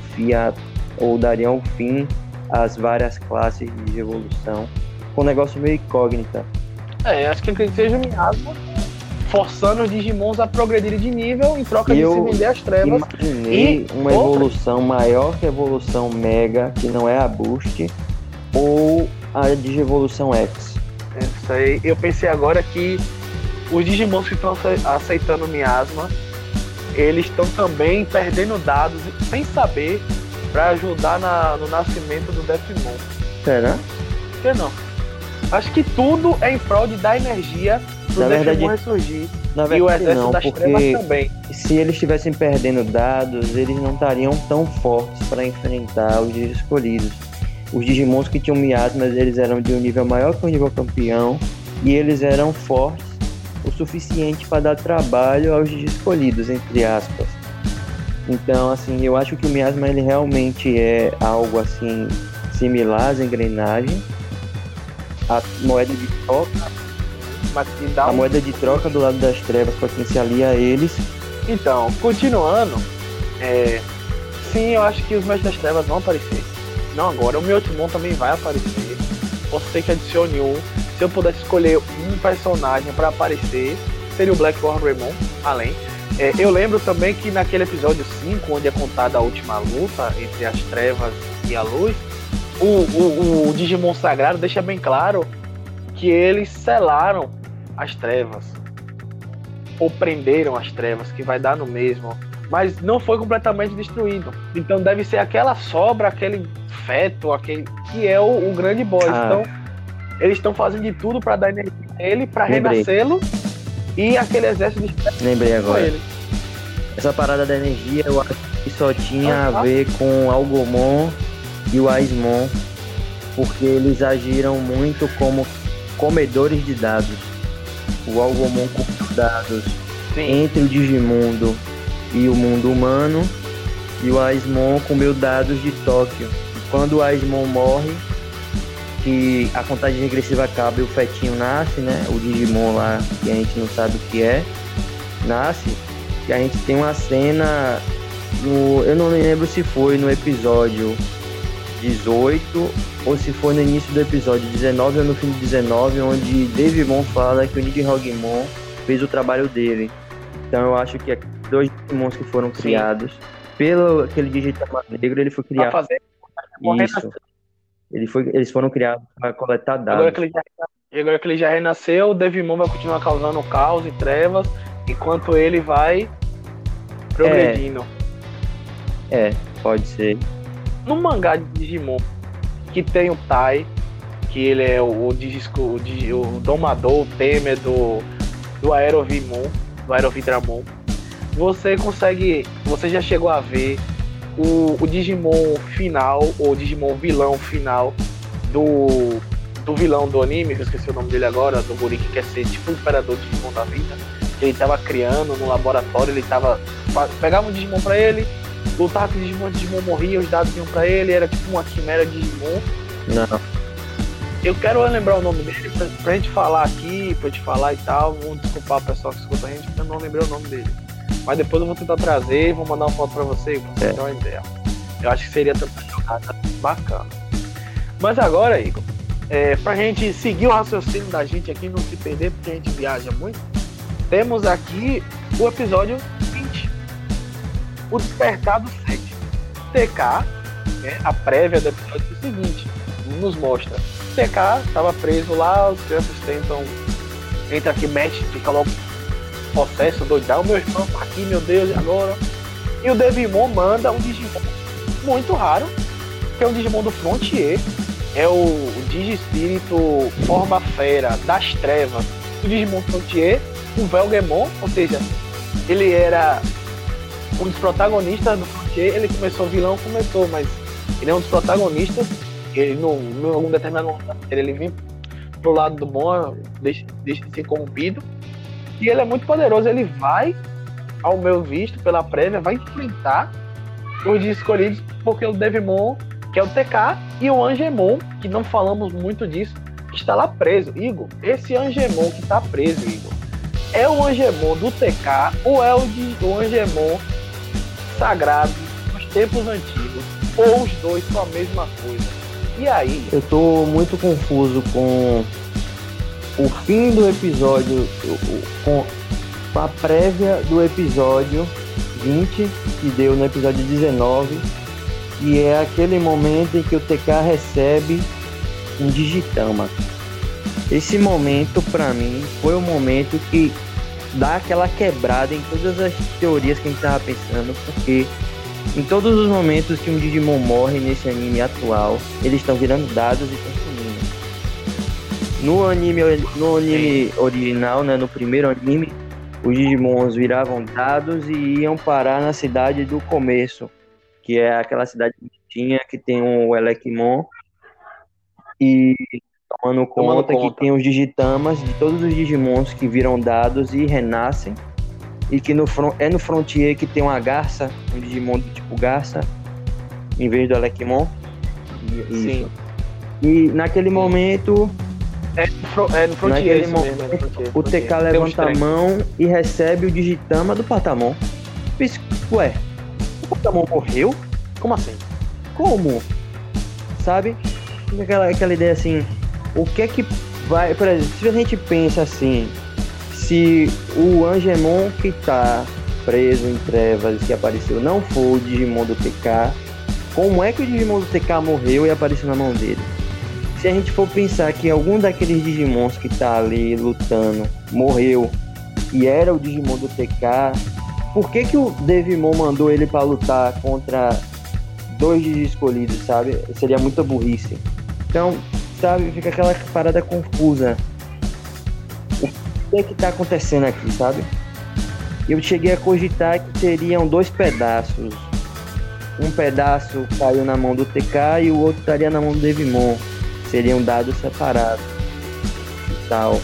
fim às várias classes de digievolução, com um negócio meio incógnita. Acho que ele seja Miasma forçando os Digimons a progredir de nível em troca de se vender as trevas. Imaginei uma evolução maior que a evolução Mega, que não é a Boost, ou a Digievolução X. Isso aí, eu pensei agora que os Digimons que estão aceitando o miasma, eles estão também perdendo dados sem saber para ajudar no nascimento do Deathmon. Será? Por que não? Acho que tudo é em prol de dar energia pro Deathmon ressurgir. E o Exército não, das Trevas também. Se eles estivessem perdendo dados, eles não estariam tão fortes para enfrentar os escolhidos. Os Digimons que tinham miasmas, eles eram de um nível maior que o nível campeão e eles eram fortes o suficiente para dar trabalho aos escolhidos, entre aspas. Então, assim, eu acho que o miasma ele realmente é algo assim similar às engrenagens. A moeda de troca, moeda de troca do lado das trevas para quem se alia a eles. Então, continuando, sim, eu acho que os Mestres das Trevas vão aparecer. Não agora, o Myotimon também vai aparecer. Posso ser que adicione um. Se eu pudesse escolher um personagem para aparecer, seria o Black Wargreymon, além. Eu lembro também que naquele episódio 5, onde é contada a última luta entre as trevas e a luz, o Digimon Sagrado deixa bem claro que eles selaram as trevas, ou prenderam as trevas, que vai dar no mesmo, mas não foi completamente destruído. Então deve ser aquela sobra, aquele feto, aquele que é o grande boss. Então eles estão fazendo de tudo para dar energia a ele, para renascê-lo, e aquele exército de trevas. Lembrei agora. Ele. Essa parada da energia eu acho que só tinha a ver com o Algomon e o Aismon, porque eles agiram muito como comedores de dados. O Algomon comeu dados entre o Digimundo e o mundo humano, e o Aismon comeu dados de Tóquio. E quando o Aismon morre, que a contagem regressiva acaba e o fetinho nasce, né? O Digimon lá, que a gente não sabe o que é, nasce, e a gente tem uma cena eu não lembro se foi no episódio 18 ou se foi no início do episódio 19 ou no fim do 19, onde Devimon fala que o Nidhoggmon fez o trabalho dele. Então eu acho que dois Digimons que foram criados pelo aquele Digitama negro, ele foi criado pra fazer isso. Eles foram criados para coletar dados. Agora que ele já renasceu, o Devimon vai continuar causando caos e trevas, enquanto ele vai progredindo. Pode ser. No mangá de Digimon, que tem o Tai, que ele é o domador, o Temer do Aerovidramon, você já chegou a ver o Digimon final, ou o Digimon vilão final do vilão do anime, que eu esqueci o nome dele agora, do guri que quer ser tipo o imperador Digimon da vida, que ele tava criando no laboratório, pegava um Digimon pra ele, lutava com o Digimon morria, os dados iam pra ele, era tipo uma quimera Digimon. Não. Eu quero lembrar o nome dele pra gente falar aqui, pra gente falar e tal. Vou desculpar o pessoal que escuta a gente, porque eu não lembrei o nome dele. Mas depois eu vou tentar trazer, vou mandar uma foto pra você, pra você ter uma ideia. Eu acho que seria também jogada bacana. Mas agora, Igor, pra gente seguir o raciocínio da gente aqui, não se perder, porque a gente viaja muito, temos aqui o episódio 20. O Despertar do 7. TK, né, a prévia do episódio seguinte, nos mostra. TK estava preso lá, os crianças entra aqui, mexe, fica logo possesso, doidão, meu irmão tá aqui, meu Deus, e agora? E o Devimon manda um Digimon muito raro, que é um Digimon do Frontier, é o Digispírito Forma Fera das Trevas, o Digimon Frontier, o Velgemon, ou seja, ele era um dos protagonistas do Frontier, ele começou vilão, mas ele é um dos protagonistas. Ele em algum determinado momento ele vem pro lado do bom, deixa de ser corrompido, e ele é muito poderoso. Ele vai, ao meu visto, pela prévia, vai enfrentar os escolhidos, porque o Devimon, que é o TK, e o Angemon, que não falamos muito disso, que está lá preso. Igor, esse Angemon que está preso, Igor, é o Angemon do TK ou é o Angemon sagrado dos tempos antigos, ou os dois são a mesma coisa? E aí? Eu tô muito confuso com o fim do episódio, com a prévia do episódio 20, que deu no episódio 19, que é aquele momento em que o TK recebe um Digitama. Esse momento, pra mim, foi o momento que dá aquela quebrada em todas as teorias que a gente tava pensando, porque em todos os momentos que um Digimon morre nesse anime atual, eles estão virando dados e estão sumindo. No anime original, né, no primeiro anime, os Digimons viravam dados e iam parar na cidade do começo, que é aquela cidade bonitinha que tem o Elecmon e tomando conta que tem os Digitamas de todos os Digimons que viram dados e renascem. E que no Frontier que tem uma garça, um Digimon do tipo garça, em vez do Elecmon. Sim. E naquele momento... no Frontier, o TK levanta a mão e recebe o Digitama do Patamon. Ué, o Patamon morreu? Como assim? Como? Sabe? Aquela ideia assim, o que é que vai... Por exemplo, se a gente pensa assim... Se o Angemon que tá preso em trevas que apareceu não for o Digimon do TK, como é que o Digimon do TK morreu e apareceu na mão dele? Se a gente for pensar que algum daqueles Digimons que tá ali lutando morreu e era o Digimon do TK, por que o Devimon mandou ele pra lutar contra 2 Digimon escolhidos, sabe? Seria muita burrice. Então, sabe, fica aquela parada confusa. O que tá acontecendo aqui, sabe? Eu cheguei a cogitar que seriam 2 pedaços. Um pedaço caiu na mão do TK e o outro estaria na mão do Devimon. Seriam dados separados e tal.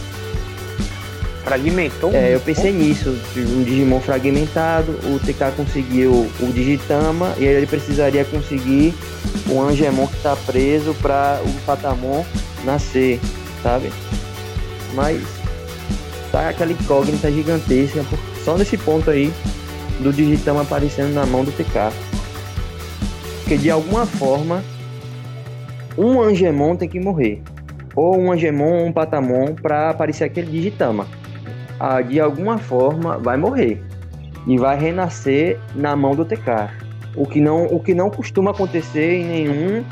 Fragmentou? Eu pensei nisso. Um Digimon fragmentado, o TK conseguiu o Digitama e aí ele precisaria conseguir o Angemon que tá preso para o Patamon nascer, sabe? Mas tá aquela incógnita gigantesca só nesse ponto aí do Digitama aparecendo na mão do TK. Porque de alguma forma um Angemon tem que morrer. Ou um Angemon ou um Patamon pra aparecer aquele Digitama. De alguma forma vai morrer. E vai renascer na mão do TK. O que não costuma acontecer em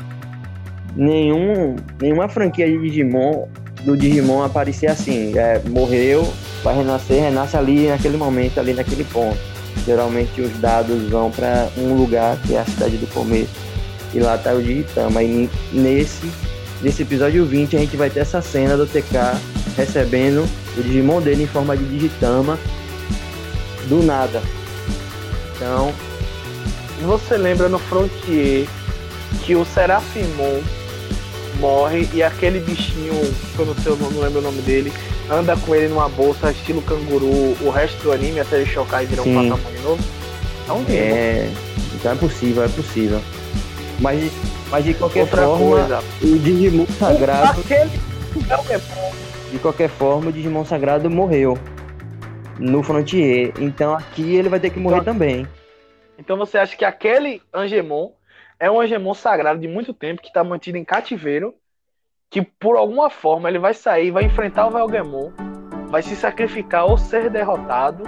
nenhuma franquia de Digimon, do Digimon aparecer assim, morreu, vai renascer, renasce ali naquele momento, ali naquele ponto. Geralmente os dados vão para um lugar que é a cidade do começo e lá tá o Digitama. E nesse episódio 20 a gente vai ter essa cena do TK recebendo o Digimon dele em forma de Digitama do nada. Então, você lembra no Frontier que o Seraphimon morre e aquele bichinho, que eu não lembro o nome dele, anda com ele numa bolsa estilo canguru o resto do anime até ele chocar e virar um Patamon de novo? Então é possível. Mas de qualquer forma, o Digimon Sagrado... De qualquer forma, o Digimon Sagrado morreu no Frontier. Então aqui ele vai ter que morrer também. Então você acha que aquele Angemon é um Angemon sagrado de muito tempo que está mantido em cativeiro, que por alguma forma ele vai sair, vai enfrentar o Velgemon, vai se sacrificar ou ser derrotado,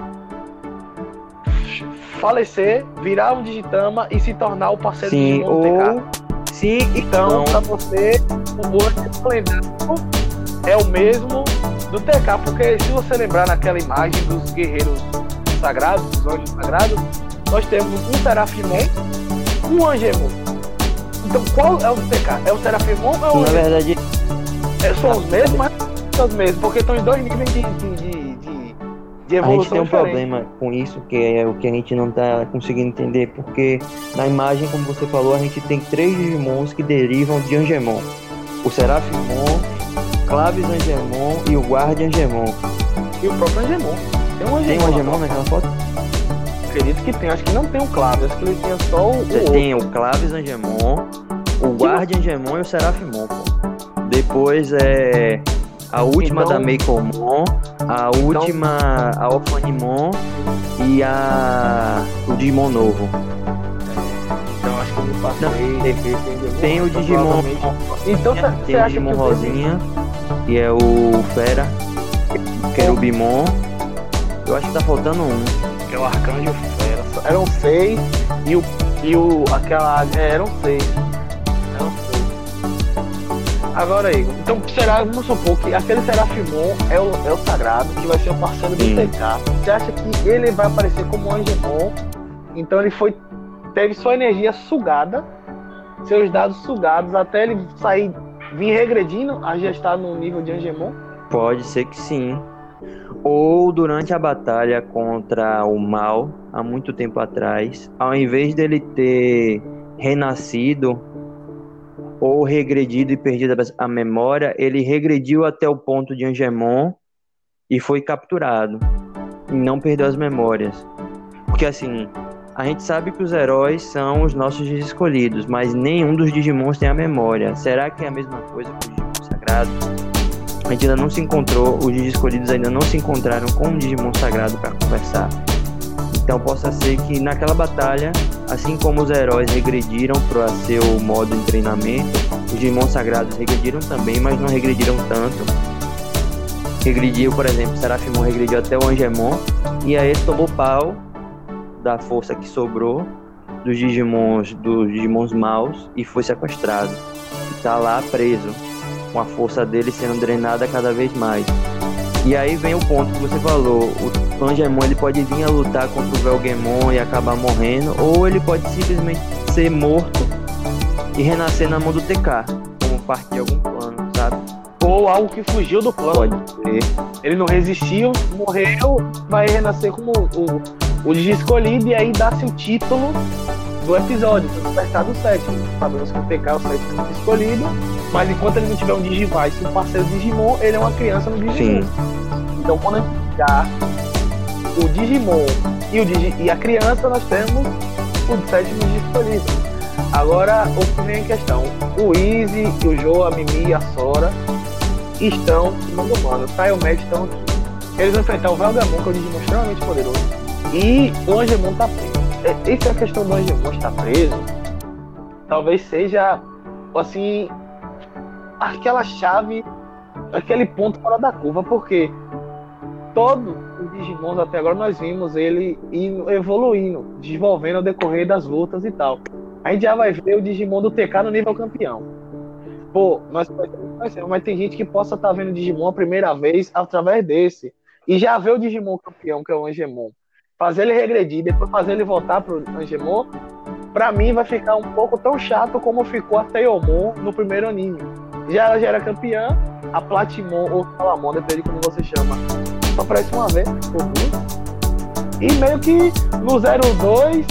falecer, virar um Digitama e se tornar o parceiro do Digimon do TK. Sim, então pra você, o Angemon lendário é o mesmo do TK, porque se você lembrar naquela imagem dos guerreiros sagrados, dos anjos sagrados, nós temos um Seraphimon, um Angemon. Então qual é o do TK? É o Seraphimon ou é o Angemon? Na verdade... são os mesmos, mas não são os mesmos, porque estão em 2 níveis de evolução. A gente tem um diferente. problema com isso, que é o que a gente não tá conseguindo entender, porque na imagem, como você falou, a gente tem 3 Digimons que derivam de Angemon. O Seraphimon, Claves Angemon e o Guardian Angemon. E o próprio Angemon. Tem um Angemon naquela foto? Acredito que tem, acho que não tem um Claves, acho que ele tinha só o Você tem o Claves Angemon, o Guardian Angemon e o Seraphimon, pô. Depois a última da Meikomon, a última a Orphanimon e o Digimon novo. Então acho que eu me passei. Tem o Digimon. Então tem o Digimon Rosinha, que é o Fera, Querubimon. Eu acho que tá faltando um. Que é o Arcanjo Fera. Eram 6 eram 6. Agora, Igor, então vamos supor que aquele Serafimon é o sagrado, que vai ser o parceiro do TK. Você acha que ele vai aparecer como Angemon? Então ele teve sua energia sugada, seus dados sugados, até ele vir regredindo a já estar no nível de Angemon? Pode ser que sim. Ou durante a batalha contra o mal, há muito tempo atrás, ao invés dele ter renascido ou regredido e perdido a memória, ele regrediu até o ponto de Angemon e foi capturado. E não perdeu as memórias. Porque assim, a gente sabe que os heróis são os nossos escolhidos, mas nenhum dos Digimons tem a memória. Será que é a mesma coisa com o Digimon Sagrado? A gente ainda não se encontrou, os escolhidos ainda não se encontraram com o Digimon Sagrado para conversar. Então possa ser que naquela batalha, assim como os heróis regrediram para seu modo de treinamento, os Digimon Sagrados regrediram também, mas não regrediram tanto. Regrediu, por exemplo, Serafimon regrediu até o Angemon, e aí ele tomou pau da força que sobrou dos Digimons maus e foi sequestrado. E tá lá preso, com a força dele sendo drenada cada vez mais. E aí vem o ponto que você falou, o Angemon ele pode vir a lutar contra o Velgemon e acabar morrendo, ou ele pode simplesmente ser morto e renascer na mão do TK, como parte de algum plano, sabe? Ou algo que fugiu do plano. Pode ser. Ele não resistiu, morreu, vai renascer como o Digi escolhido, e aí dá-se o título do episódio, do Despertar do Sétimo. Sabemos que o TK é o sétimo escolhido, mas enquanto ele não tiver um Digivice, um parceiro Digimon, ele é uma criança no Digimon. Sim. Então quando a gente pegar o Digimon e a criança, nós temos o sétimo Digi escolhido. Agora, o que vem em questão? O Easy, o Joe, a Mimi e a Sora estão no mundo humano. O Ty e o Matt estão aqui. Eles vão enfrentar o Velgamon, que é um Digimon extremamente poderoso, e o Angemon tá preso. Essa é a questão do Angemon estar preso. Talvez seja, assim, aquela chave, aquele ponto fora da curva, porque todos os Digimons até agora nós vimos ele indo, evoluindo, desenvolvendo ao decorrer das lutas e tal. A gente já vai ver o Digimon do TK no nível campeão. Pô, nós conhecemos, mas tem gente que possa estar vendo o Digimon a primeira vez através desse, e já vê o Digimon campeão, que é o Angemon, fazer ele regredir, depois fazer ele voltar pro Angemon. Pra mim vai ficar um pouco tão chato como ficou a Tailmon no primeiro anime. Ela já era campeã, a Platimon ou Salamon, depende de como você chama, só aparece uma vez por mim. E meio que no 02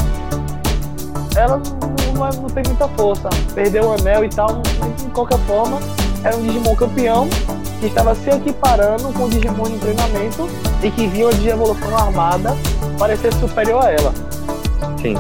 ela não tem muita força, perdeu o anel e tal. De qualquer forma, era um Digimon campeão que estava se equiparando com o Digimon em treinamento e que via uma Digievolução armada parecer superior a ela. Sim.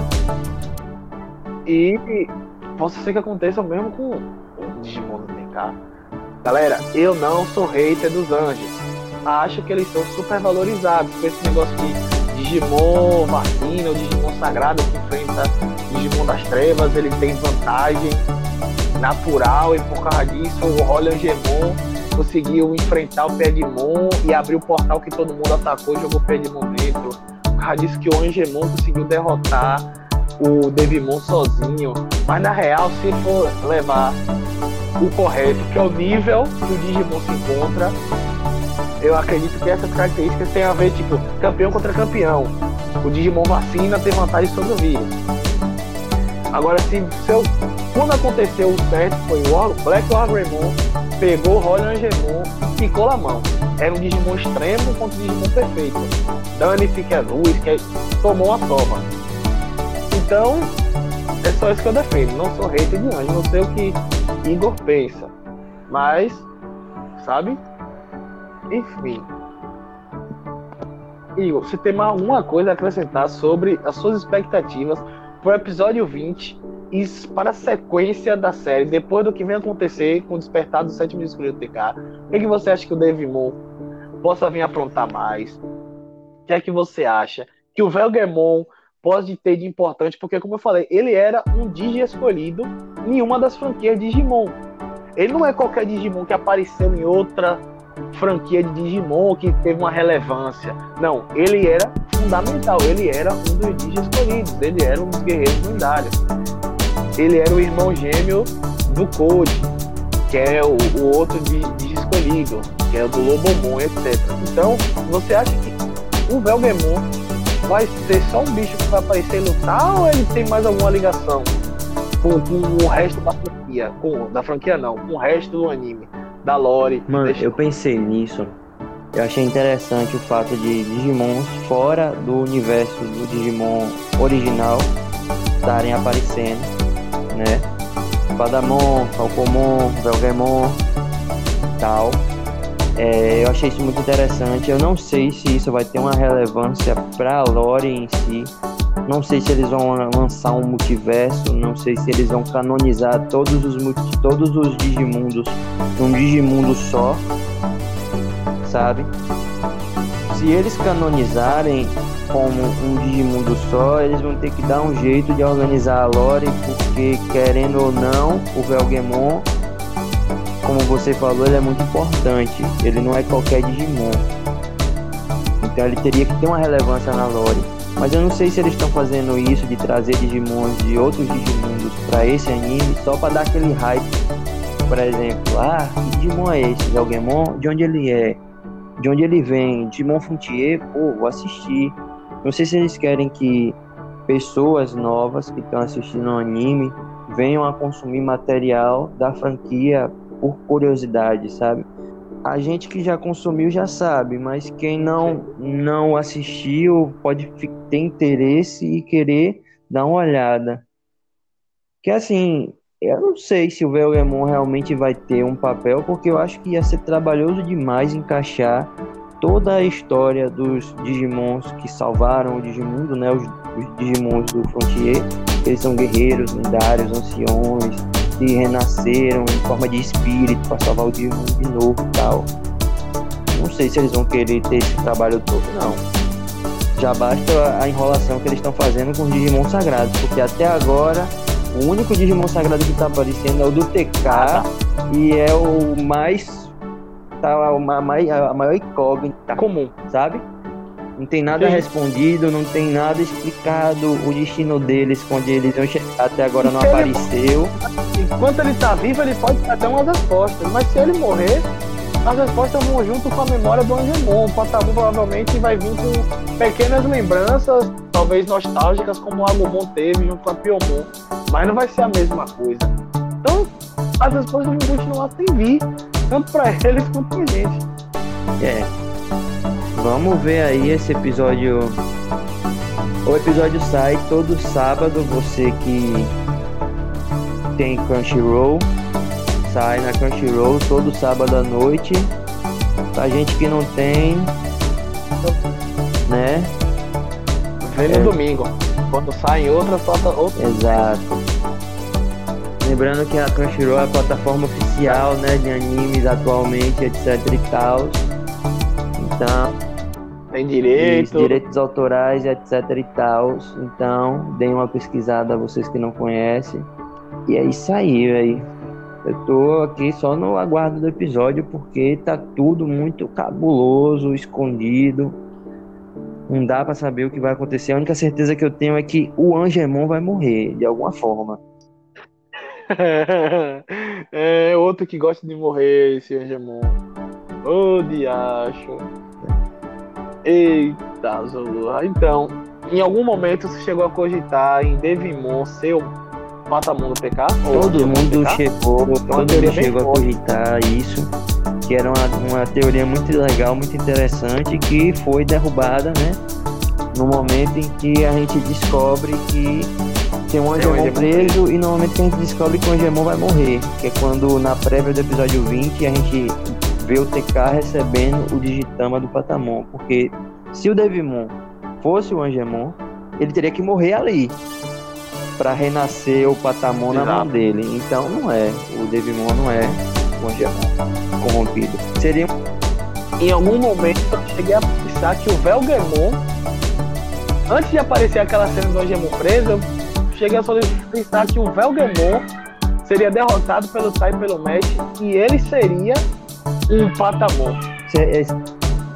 E possa ser que aconteça o mesmo com o Digimon do TK. Galera, eu não sou hater dos anjos. Acho que eles são super valorizados. Com esse negócio de Digimon vacina, o Digimon sagrado que enfrenta o Digimon das trevas, ele tem vantagem natural, e por causa disso o Rolly Angemon conseguiu enfrentar o Pedimon e abrir o portal que todo mundo atacou e jogou o Pedimon dentro. Por causa disso que o Angemon conseguiu derrotar o Devimon sozinho. Mas na real, se for levar o correto, que é o nível que o Digimon se encontra, eu acredito que essas características têm a ver, tipo, campeão contra campeão. O Digimon vacina tem vantagem sobre o vírus. Agora, quando aconteceu o certo, foi o Black Wargreymon, pegou o Rolly Angemon e ficou na mão. Era um Digimon extremo contra um Digimon perfeito. Dane-se que é luz, que tomou uma sova. Então, é só isso que eu defendo. Não sou hater de anjo, não sei o que Igor pensa. Mas, sabe? Enfim. Igor, você tem mais alguma coisa a acrescentar sobre as suas expectativas para o episódio 20 e para a sequência da série, depois do que vem acontecer com o Despertar do sétimo escolhido TK? O que você acha que o Devimon possa vir aprontar mais? O que é que você acha que o Velgemon pode ter de importante? Porque, como eu falei, ele era um Digi escolhido em uma das franquias de Digimon. Ele não é qualquer Digimon que apareceu em outra franquia de Digimon que teve uma relevância. Não, ele era fundamental. Ele era um dos Digi escolhidos. Ele era um dos guerreiros lendários. Ele era o irmão gêmeo do Code, que é o outro de escolhido, que é o do Lobomon, etc. Então, você acha que o Velgemon vai ser só um bicho que vai aparecer e lutar, ou ele tem mais alguma ligação com o resto da franquia? Da franquia não, com o resto do anime, da lore? Mano, eu pensei nisso. Eu achei interessante o fato de Digimons fora do universo do Digimon original estarem aparecendo, né? Patamon, Falcomon, Velgemon e tal. Eu achei isso muito interessante. Eu não sei se isso vai ter uma relevância para a lore em si. Não sei se eles vão lançar um multiverso. Não sei se eles vão canonizar todos os Digimundos num Digimundo só, sabe? Se eles canonizarem como um Digimundo só, eles vão ter que dar um jeito de organizar a lore, porque, querendo ou não, o Velgemon, como você falou, ele é muito importante. Ele não é qualquer Digimon. Então ele teria que ter uma relevância na lore. Mas eu não sei se eles estão fazendo isso, de trazer Digimons de outros Digimundos para esse anime, só para dar aquele hype. Por exemplo, que Digimon é esse? Velgemon? De onde ele é? De onde ele vem? Digimon Frontier? Pô, vou assistir. Não sei se eles querem que pessoas novas que estão assistindo o anime venham a consumir material da franquia por curiosidade, sabe? A gente que já consumiu já sabe, mas quem não assistiu pode ter interesse e querer dar uma olhada. Que assim, eu não sei se o Velgemon realmente vai ter um papel, porque eu acho que ia ser trabalhoso demais encaixar toda a história dos Digimons que salvaram o Digimundo, né? Os Digimons do Frontier. Eles são guerreiros, lendários, anciões, que renasceram em forma de espírito para salvar o Digimundo de novo e tal. Não sei se eles vão querer ter esse trabalho todo, não. Já basta a enrolação que eles estão fazendo com os Digimon sagrados, porque até agora o único Digimon sagrado que está aparecendo é o do TK, e é o mais... a maior incógnita comum, sabe? Não tem nada respondido, não tem nada explicado. O destino deles, quando eles vão chegar, até agora não apareceu. Enquanto ele tá vivo, ele pode ter umas respostas, mas se ele morrer, as respostas vão junto com a memória do Angemon. O Patamon provavelmente vai vir com pequenas lembranças, talvez nostálgicas, como o Agumon teve junto com a Piomon, mas não vai ser a mesma coisa. Então, as respostas vão continuar sem vir, tanto pra eles quanto pra gente. Vamos ver aí esse episódio. O episódio sai todo sábado. Você que tem Crunchyroll, sai na Crunchyroll todo sábado à noite. Pra gente que não tem, né? Vem no domingo. Quando sai outra, falta outra. Exato. Lembrando que a Crunchyroll é a plataforma oficial, né, de animes atualmente, etc e tal. Então, tem direitos autorais, etc e tal. Então, deem uma pesquisada a vocês que não conhecem. E é isso aí, velho. Eu tô aqui só no aguardo do episódio, porque tá tudo muito cabuloso, escondido. Não dá pra saber o que vai acontecer. A única certeza que eu tenho é que o Angemon vai morrer, de alguma forma. É outro que gosta de morrer, esse Angemon. Ô, diacho. Eita, Zulu. Então, em algum momento você chegou a cogitar em Devimon ser o Patamon do PK? Todo mundo chegou a cogitar isso, que era uma teoria muito legal, muito interessante, que foi derrubada, né? No momento em que a gente descobre que tem um Angemon preso, e no momento que a gente descobre que o Angemon vai morrer, que é quando na prévia do episódio 20 a gente vê o TK recebendo o Digitama do Patamon, porque se o Devimon fosse o Angemon, ele teria que morrer ali para renascer o Patamon na mão dele. Então não é, o Devimon não é o Angemon corrompido. Seria... Em algum momento eu cheguei a pensar que o Velgemon, antes de aparecer aquela cena do Angemon preso, eu cheguei a pensar que o Velgemon seria derrotado pelo Tai e pelo Mesh, e ele seria um Patamon.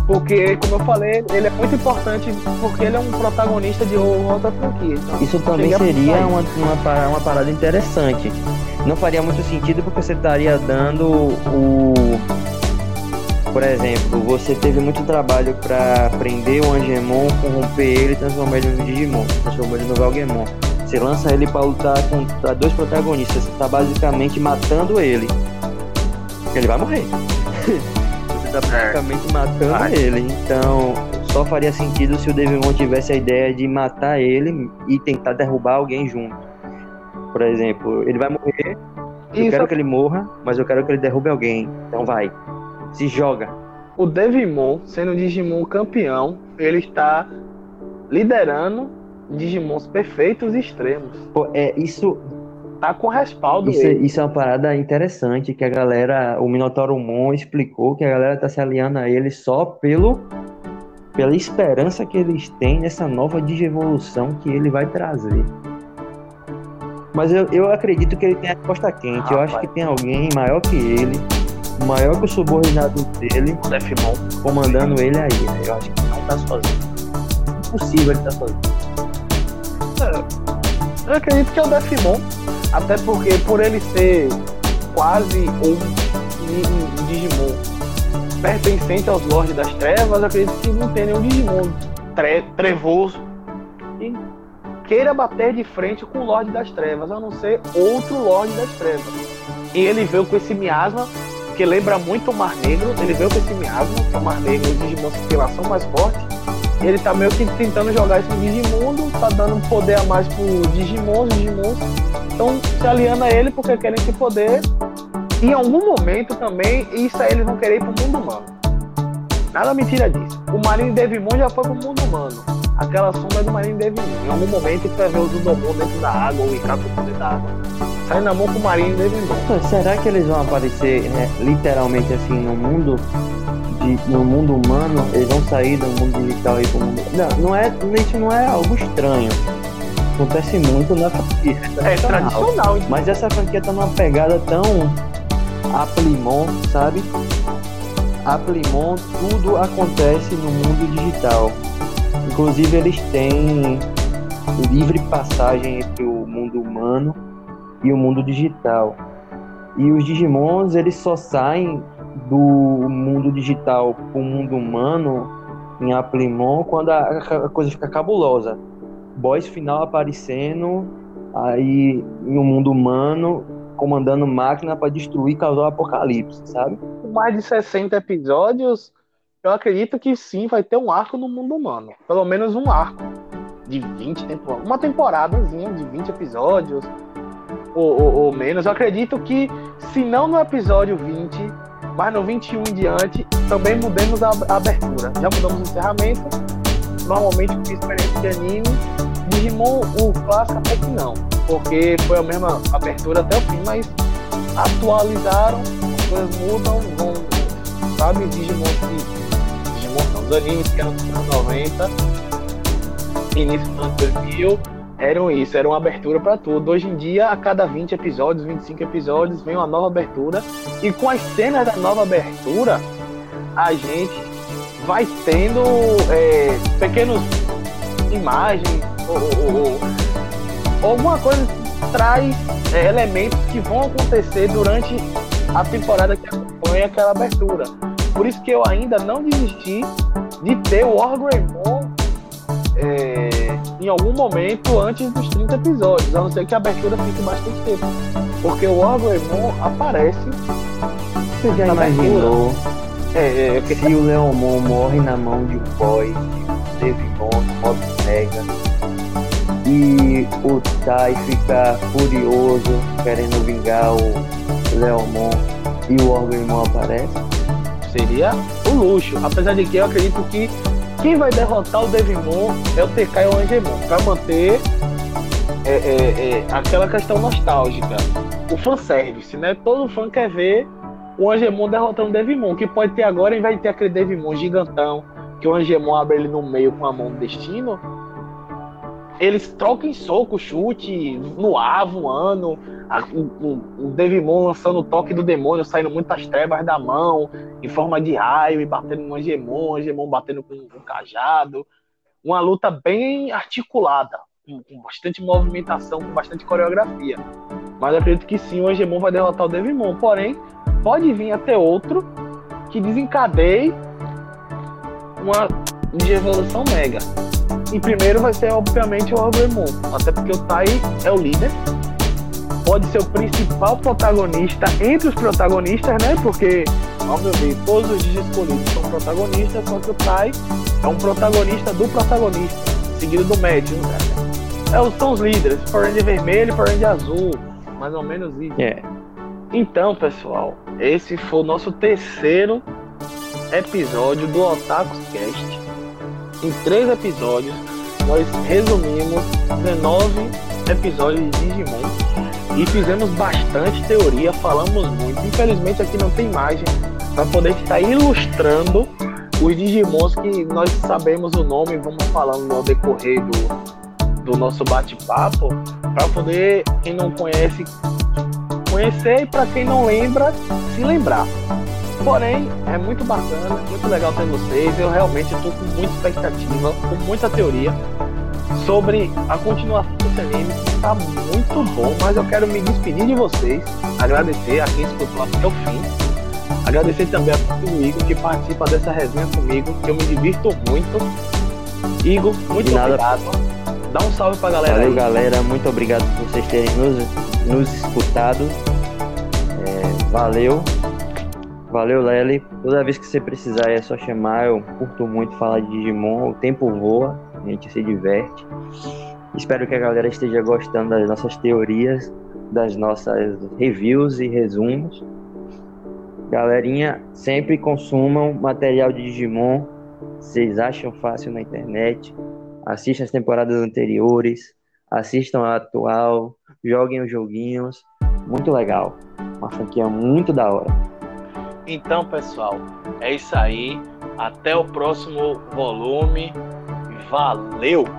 Porque, como eu falei, ele é muito importante porque ele é um protagonista de outra franquia. Então, isso também seria uma parada interessante. Não faria muito sentido porque você estaria dando o... Por exemplo, você teve muito trabalho para prender o Angemon, corromper ele e transformar ele no Digimon, transformar ele no Valgemon. Você lança ele para lutar contra dois protagonistas, você tá basicamente matando ele. Ele vai morrer. Você tá basicamente matando ele. Então, só faria sentido se o Devimon tivesse a ideia de matar ele e tentar derrubar alguém junto. Por exemplo, ele vai morrer, eu quero que ele morra, mas eu quero que ele derrube alguém. Então vai, se joga. O Devimon, sendo o Digimon campeão, ele está liderando Digimons perfeitos e extremos. Pô, isso tá com respaldo. Isso é uma parada interessante que a galera, o Minotaurumon explicou que a galera tá se aliando a ele só pela esperança que eles têm nessa nova digievolução que ele vai trazer. Mas eu acredito que ele tem a resposta quente. Eu acho que tem alguém maior que ele, maior que o subordinado dele, o Defimon, comandando ele aí. Eu acho que não tá sozinho. Impossível ele tá sozinho. Eu acredito que é o Defimon, até porque por ele ser quase um Digimon pertencente aos Lordes das Trevas, eu acredito que não tem nenhum Digimon trevoso e queira bater de frente com o Lorde das Trevas, a não ser outro Lorde das Trevas. E ele veio com esse miasma, que lembra muito o Mar Negro, ele veio com esse miasma, que o Mar Negro, os Digimons que lá são mais fortes. Ele tá meio que tentando jogar isso no Digimundo, tá dando poder a mais pro Digimons estão se aliando a ele porque querem esse poder. E em algum momento também, isso aí eles vão querer ir pro mundo humano. Nada me tira disso. O Marine Devimon já foi pro mundo humano. Aquela sombra do Marine Devimon. Em algum momento você vai ver o Zudomon dentro da água, ou o Ikato dentro da água. Sai na mão com o Marine Devimon. Será que eles vão aparecer literalmente assim no mundo humano? Eles vão sair do mundo digital e pro mundo... Isso não é algo estranho. Acontece muito na franquia. É tradicional. Mas essa franquia tá numa pegada tão Applimon, sabe? Applimon, tudo acontece no mundo digital. Inclusive eles têm livre passagem entre o mundo humano e o mundo digital. E os Digimons, eles só saem do mundo digital para o mundo humano em Applimon quando a coisa fica cabulosa. Boss final aparecendo aí em um mundo humano, comandando máquina para destruir e causar o apocalipse, sabe? Com mais de 60 episódios, eu acredito que sim, vai ter um arco no mundo humano. Pelo menos um arco de 20 temporadas. Uma temporadazinha de 20 episódios ou menos. Eu acredito que, se não no episódio 20, mas no 21 em diante, também mudemos a abertura. Já mudamos o encerramento. Normalmente, com experiência de anime, Digimon, o clássico até que não, porque foi a mesma abertura até o fim, mas atualizaram, as coisas mudam, sabe, Digimon não, os animes que eram dos anos 90, início dos anos 2000, eram isso, era uma abertura para tudo. Hoje em dia, a cada 20 episódios, 25 episódios, vem uma nova abertura, e com as cenas da nova abertura, a gente vai tendo pequenas imagens ou alguma coisa que traz elementos que vão acontecer durante a temporada que acompanha aquela abertura. Por isso que eu ainda não desisti de ter o Wargreymon em algum momento antes dos 30 episódios, a não ser que a abertura fique bastante tempo, porque o Wargreymon aparece. Você já imaginou se o Leomon morre na mão de um boy, Devimon no modo Mega, e o Tai fica furioso querendo vingar o Leomon e o Wargreymon aparece? Seria o luxo, apesar de que eu acredito que quem vai derrotar o Devimon é o TK e o Angemon, para manter aquela questão nostálgica, o fanservice, né? Todo fã quer ver o Angemon derrotando o Devimon, que pode ter agora, em vez de ter aquele Devimon gigantão que o Angemon abre ele no meio com a mão do destino, eles trocam soco, chute, no ar, voando, o Devimon lançando o toque do demônio, saindo muitas trevas da mão, em forma de raio, e batendo no Angemon batendo com o cajado. Uma luta bem articulada, com bastante movimentação, com bastante coreografia. Mas eu acredito que sim, o Angemon vai derrotar o Devimon. Porém, pode vir até outro que desencadeie uma de evolução mega. E primeiro vai ser, obviamente, o Agumon. Até porque o Tai é o líder. Pode ser o principal protagonista entre os protagonistas, né? Porque, ao meu ver, todos os Digi escolhidos são protagonistas, só que o Tai é um protagonista do protagonista, seguido do médium, né? São os líderes, Power Ranger vermelho e Power Ranger azul. Mais ou menos isso. Então, pessoal, esse foi o nosso terceiro episódio do Otakus Cast. Em 3 episódios, nós resumimos 19 episódios de Digimon e fizemos bastante teoria, falamos muito. Infelizmente aqui não tem imagem para poder estar ilustrando os Digimons que nós sabemos o nome e vamos falando no decorrer do nosso bate-papo, para poder, quem não conhece, conhecer, e para quem não lembra, se lembrar. Porém, é muito bacana, muito legal ter vocês. Eu realmente estou com muita expectativa, com muita teoria sobre a continuação desse anime, que está muito bom. Mas eu quero me despedir de vocês, agradecer a quem escutou até o fim, agradecer também a Igor, que participa dessa resenha comigo, que eu me divirto muito. Igor, muito obrigado. Dá um salve pra galera. Valeu, aí. Galera, muito obrigado por vocês terem nos escutado. Valeu, Lely. Toda vez que você precisar é só chamar. Eu curto muito falar de Digimon. O tempo voa, a gente se diverte. Espero que a galera esteja gostando das nossas teorias, das nossas reviews e resumos. Galerinha, sempre consumam material de Digimon. Vocês acham fácil na internet. Assistam as temporadas anteriores. Assistam a atual. Joguem os joguinhos. Muito legal. Uma franquia muito da hora. Então, pessoal, é isso aí. Até o próximo volume. Valeu!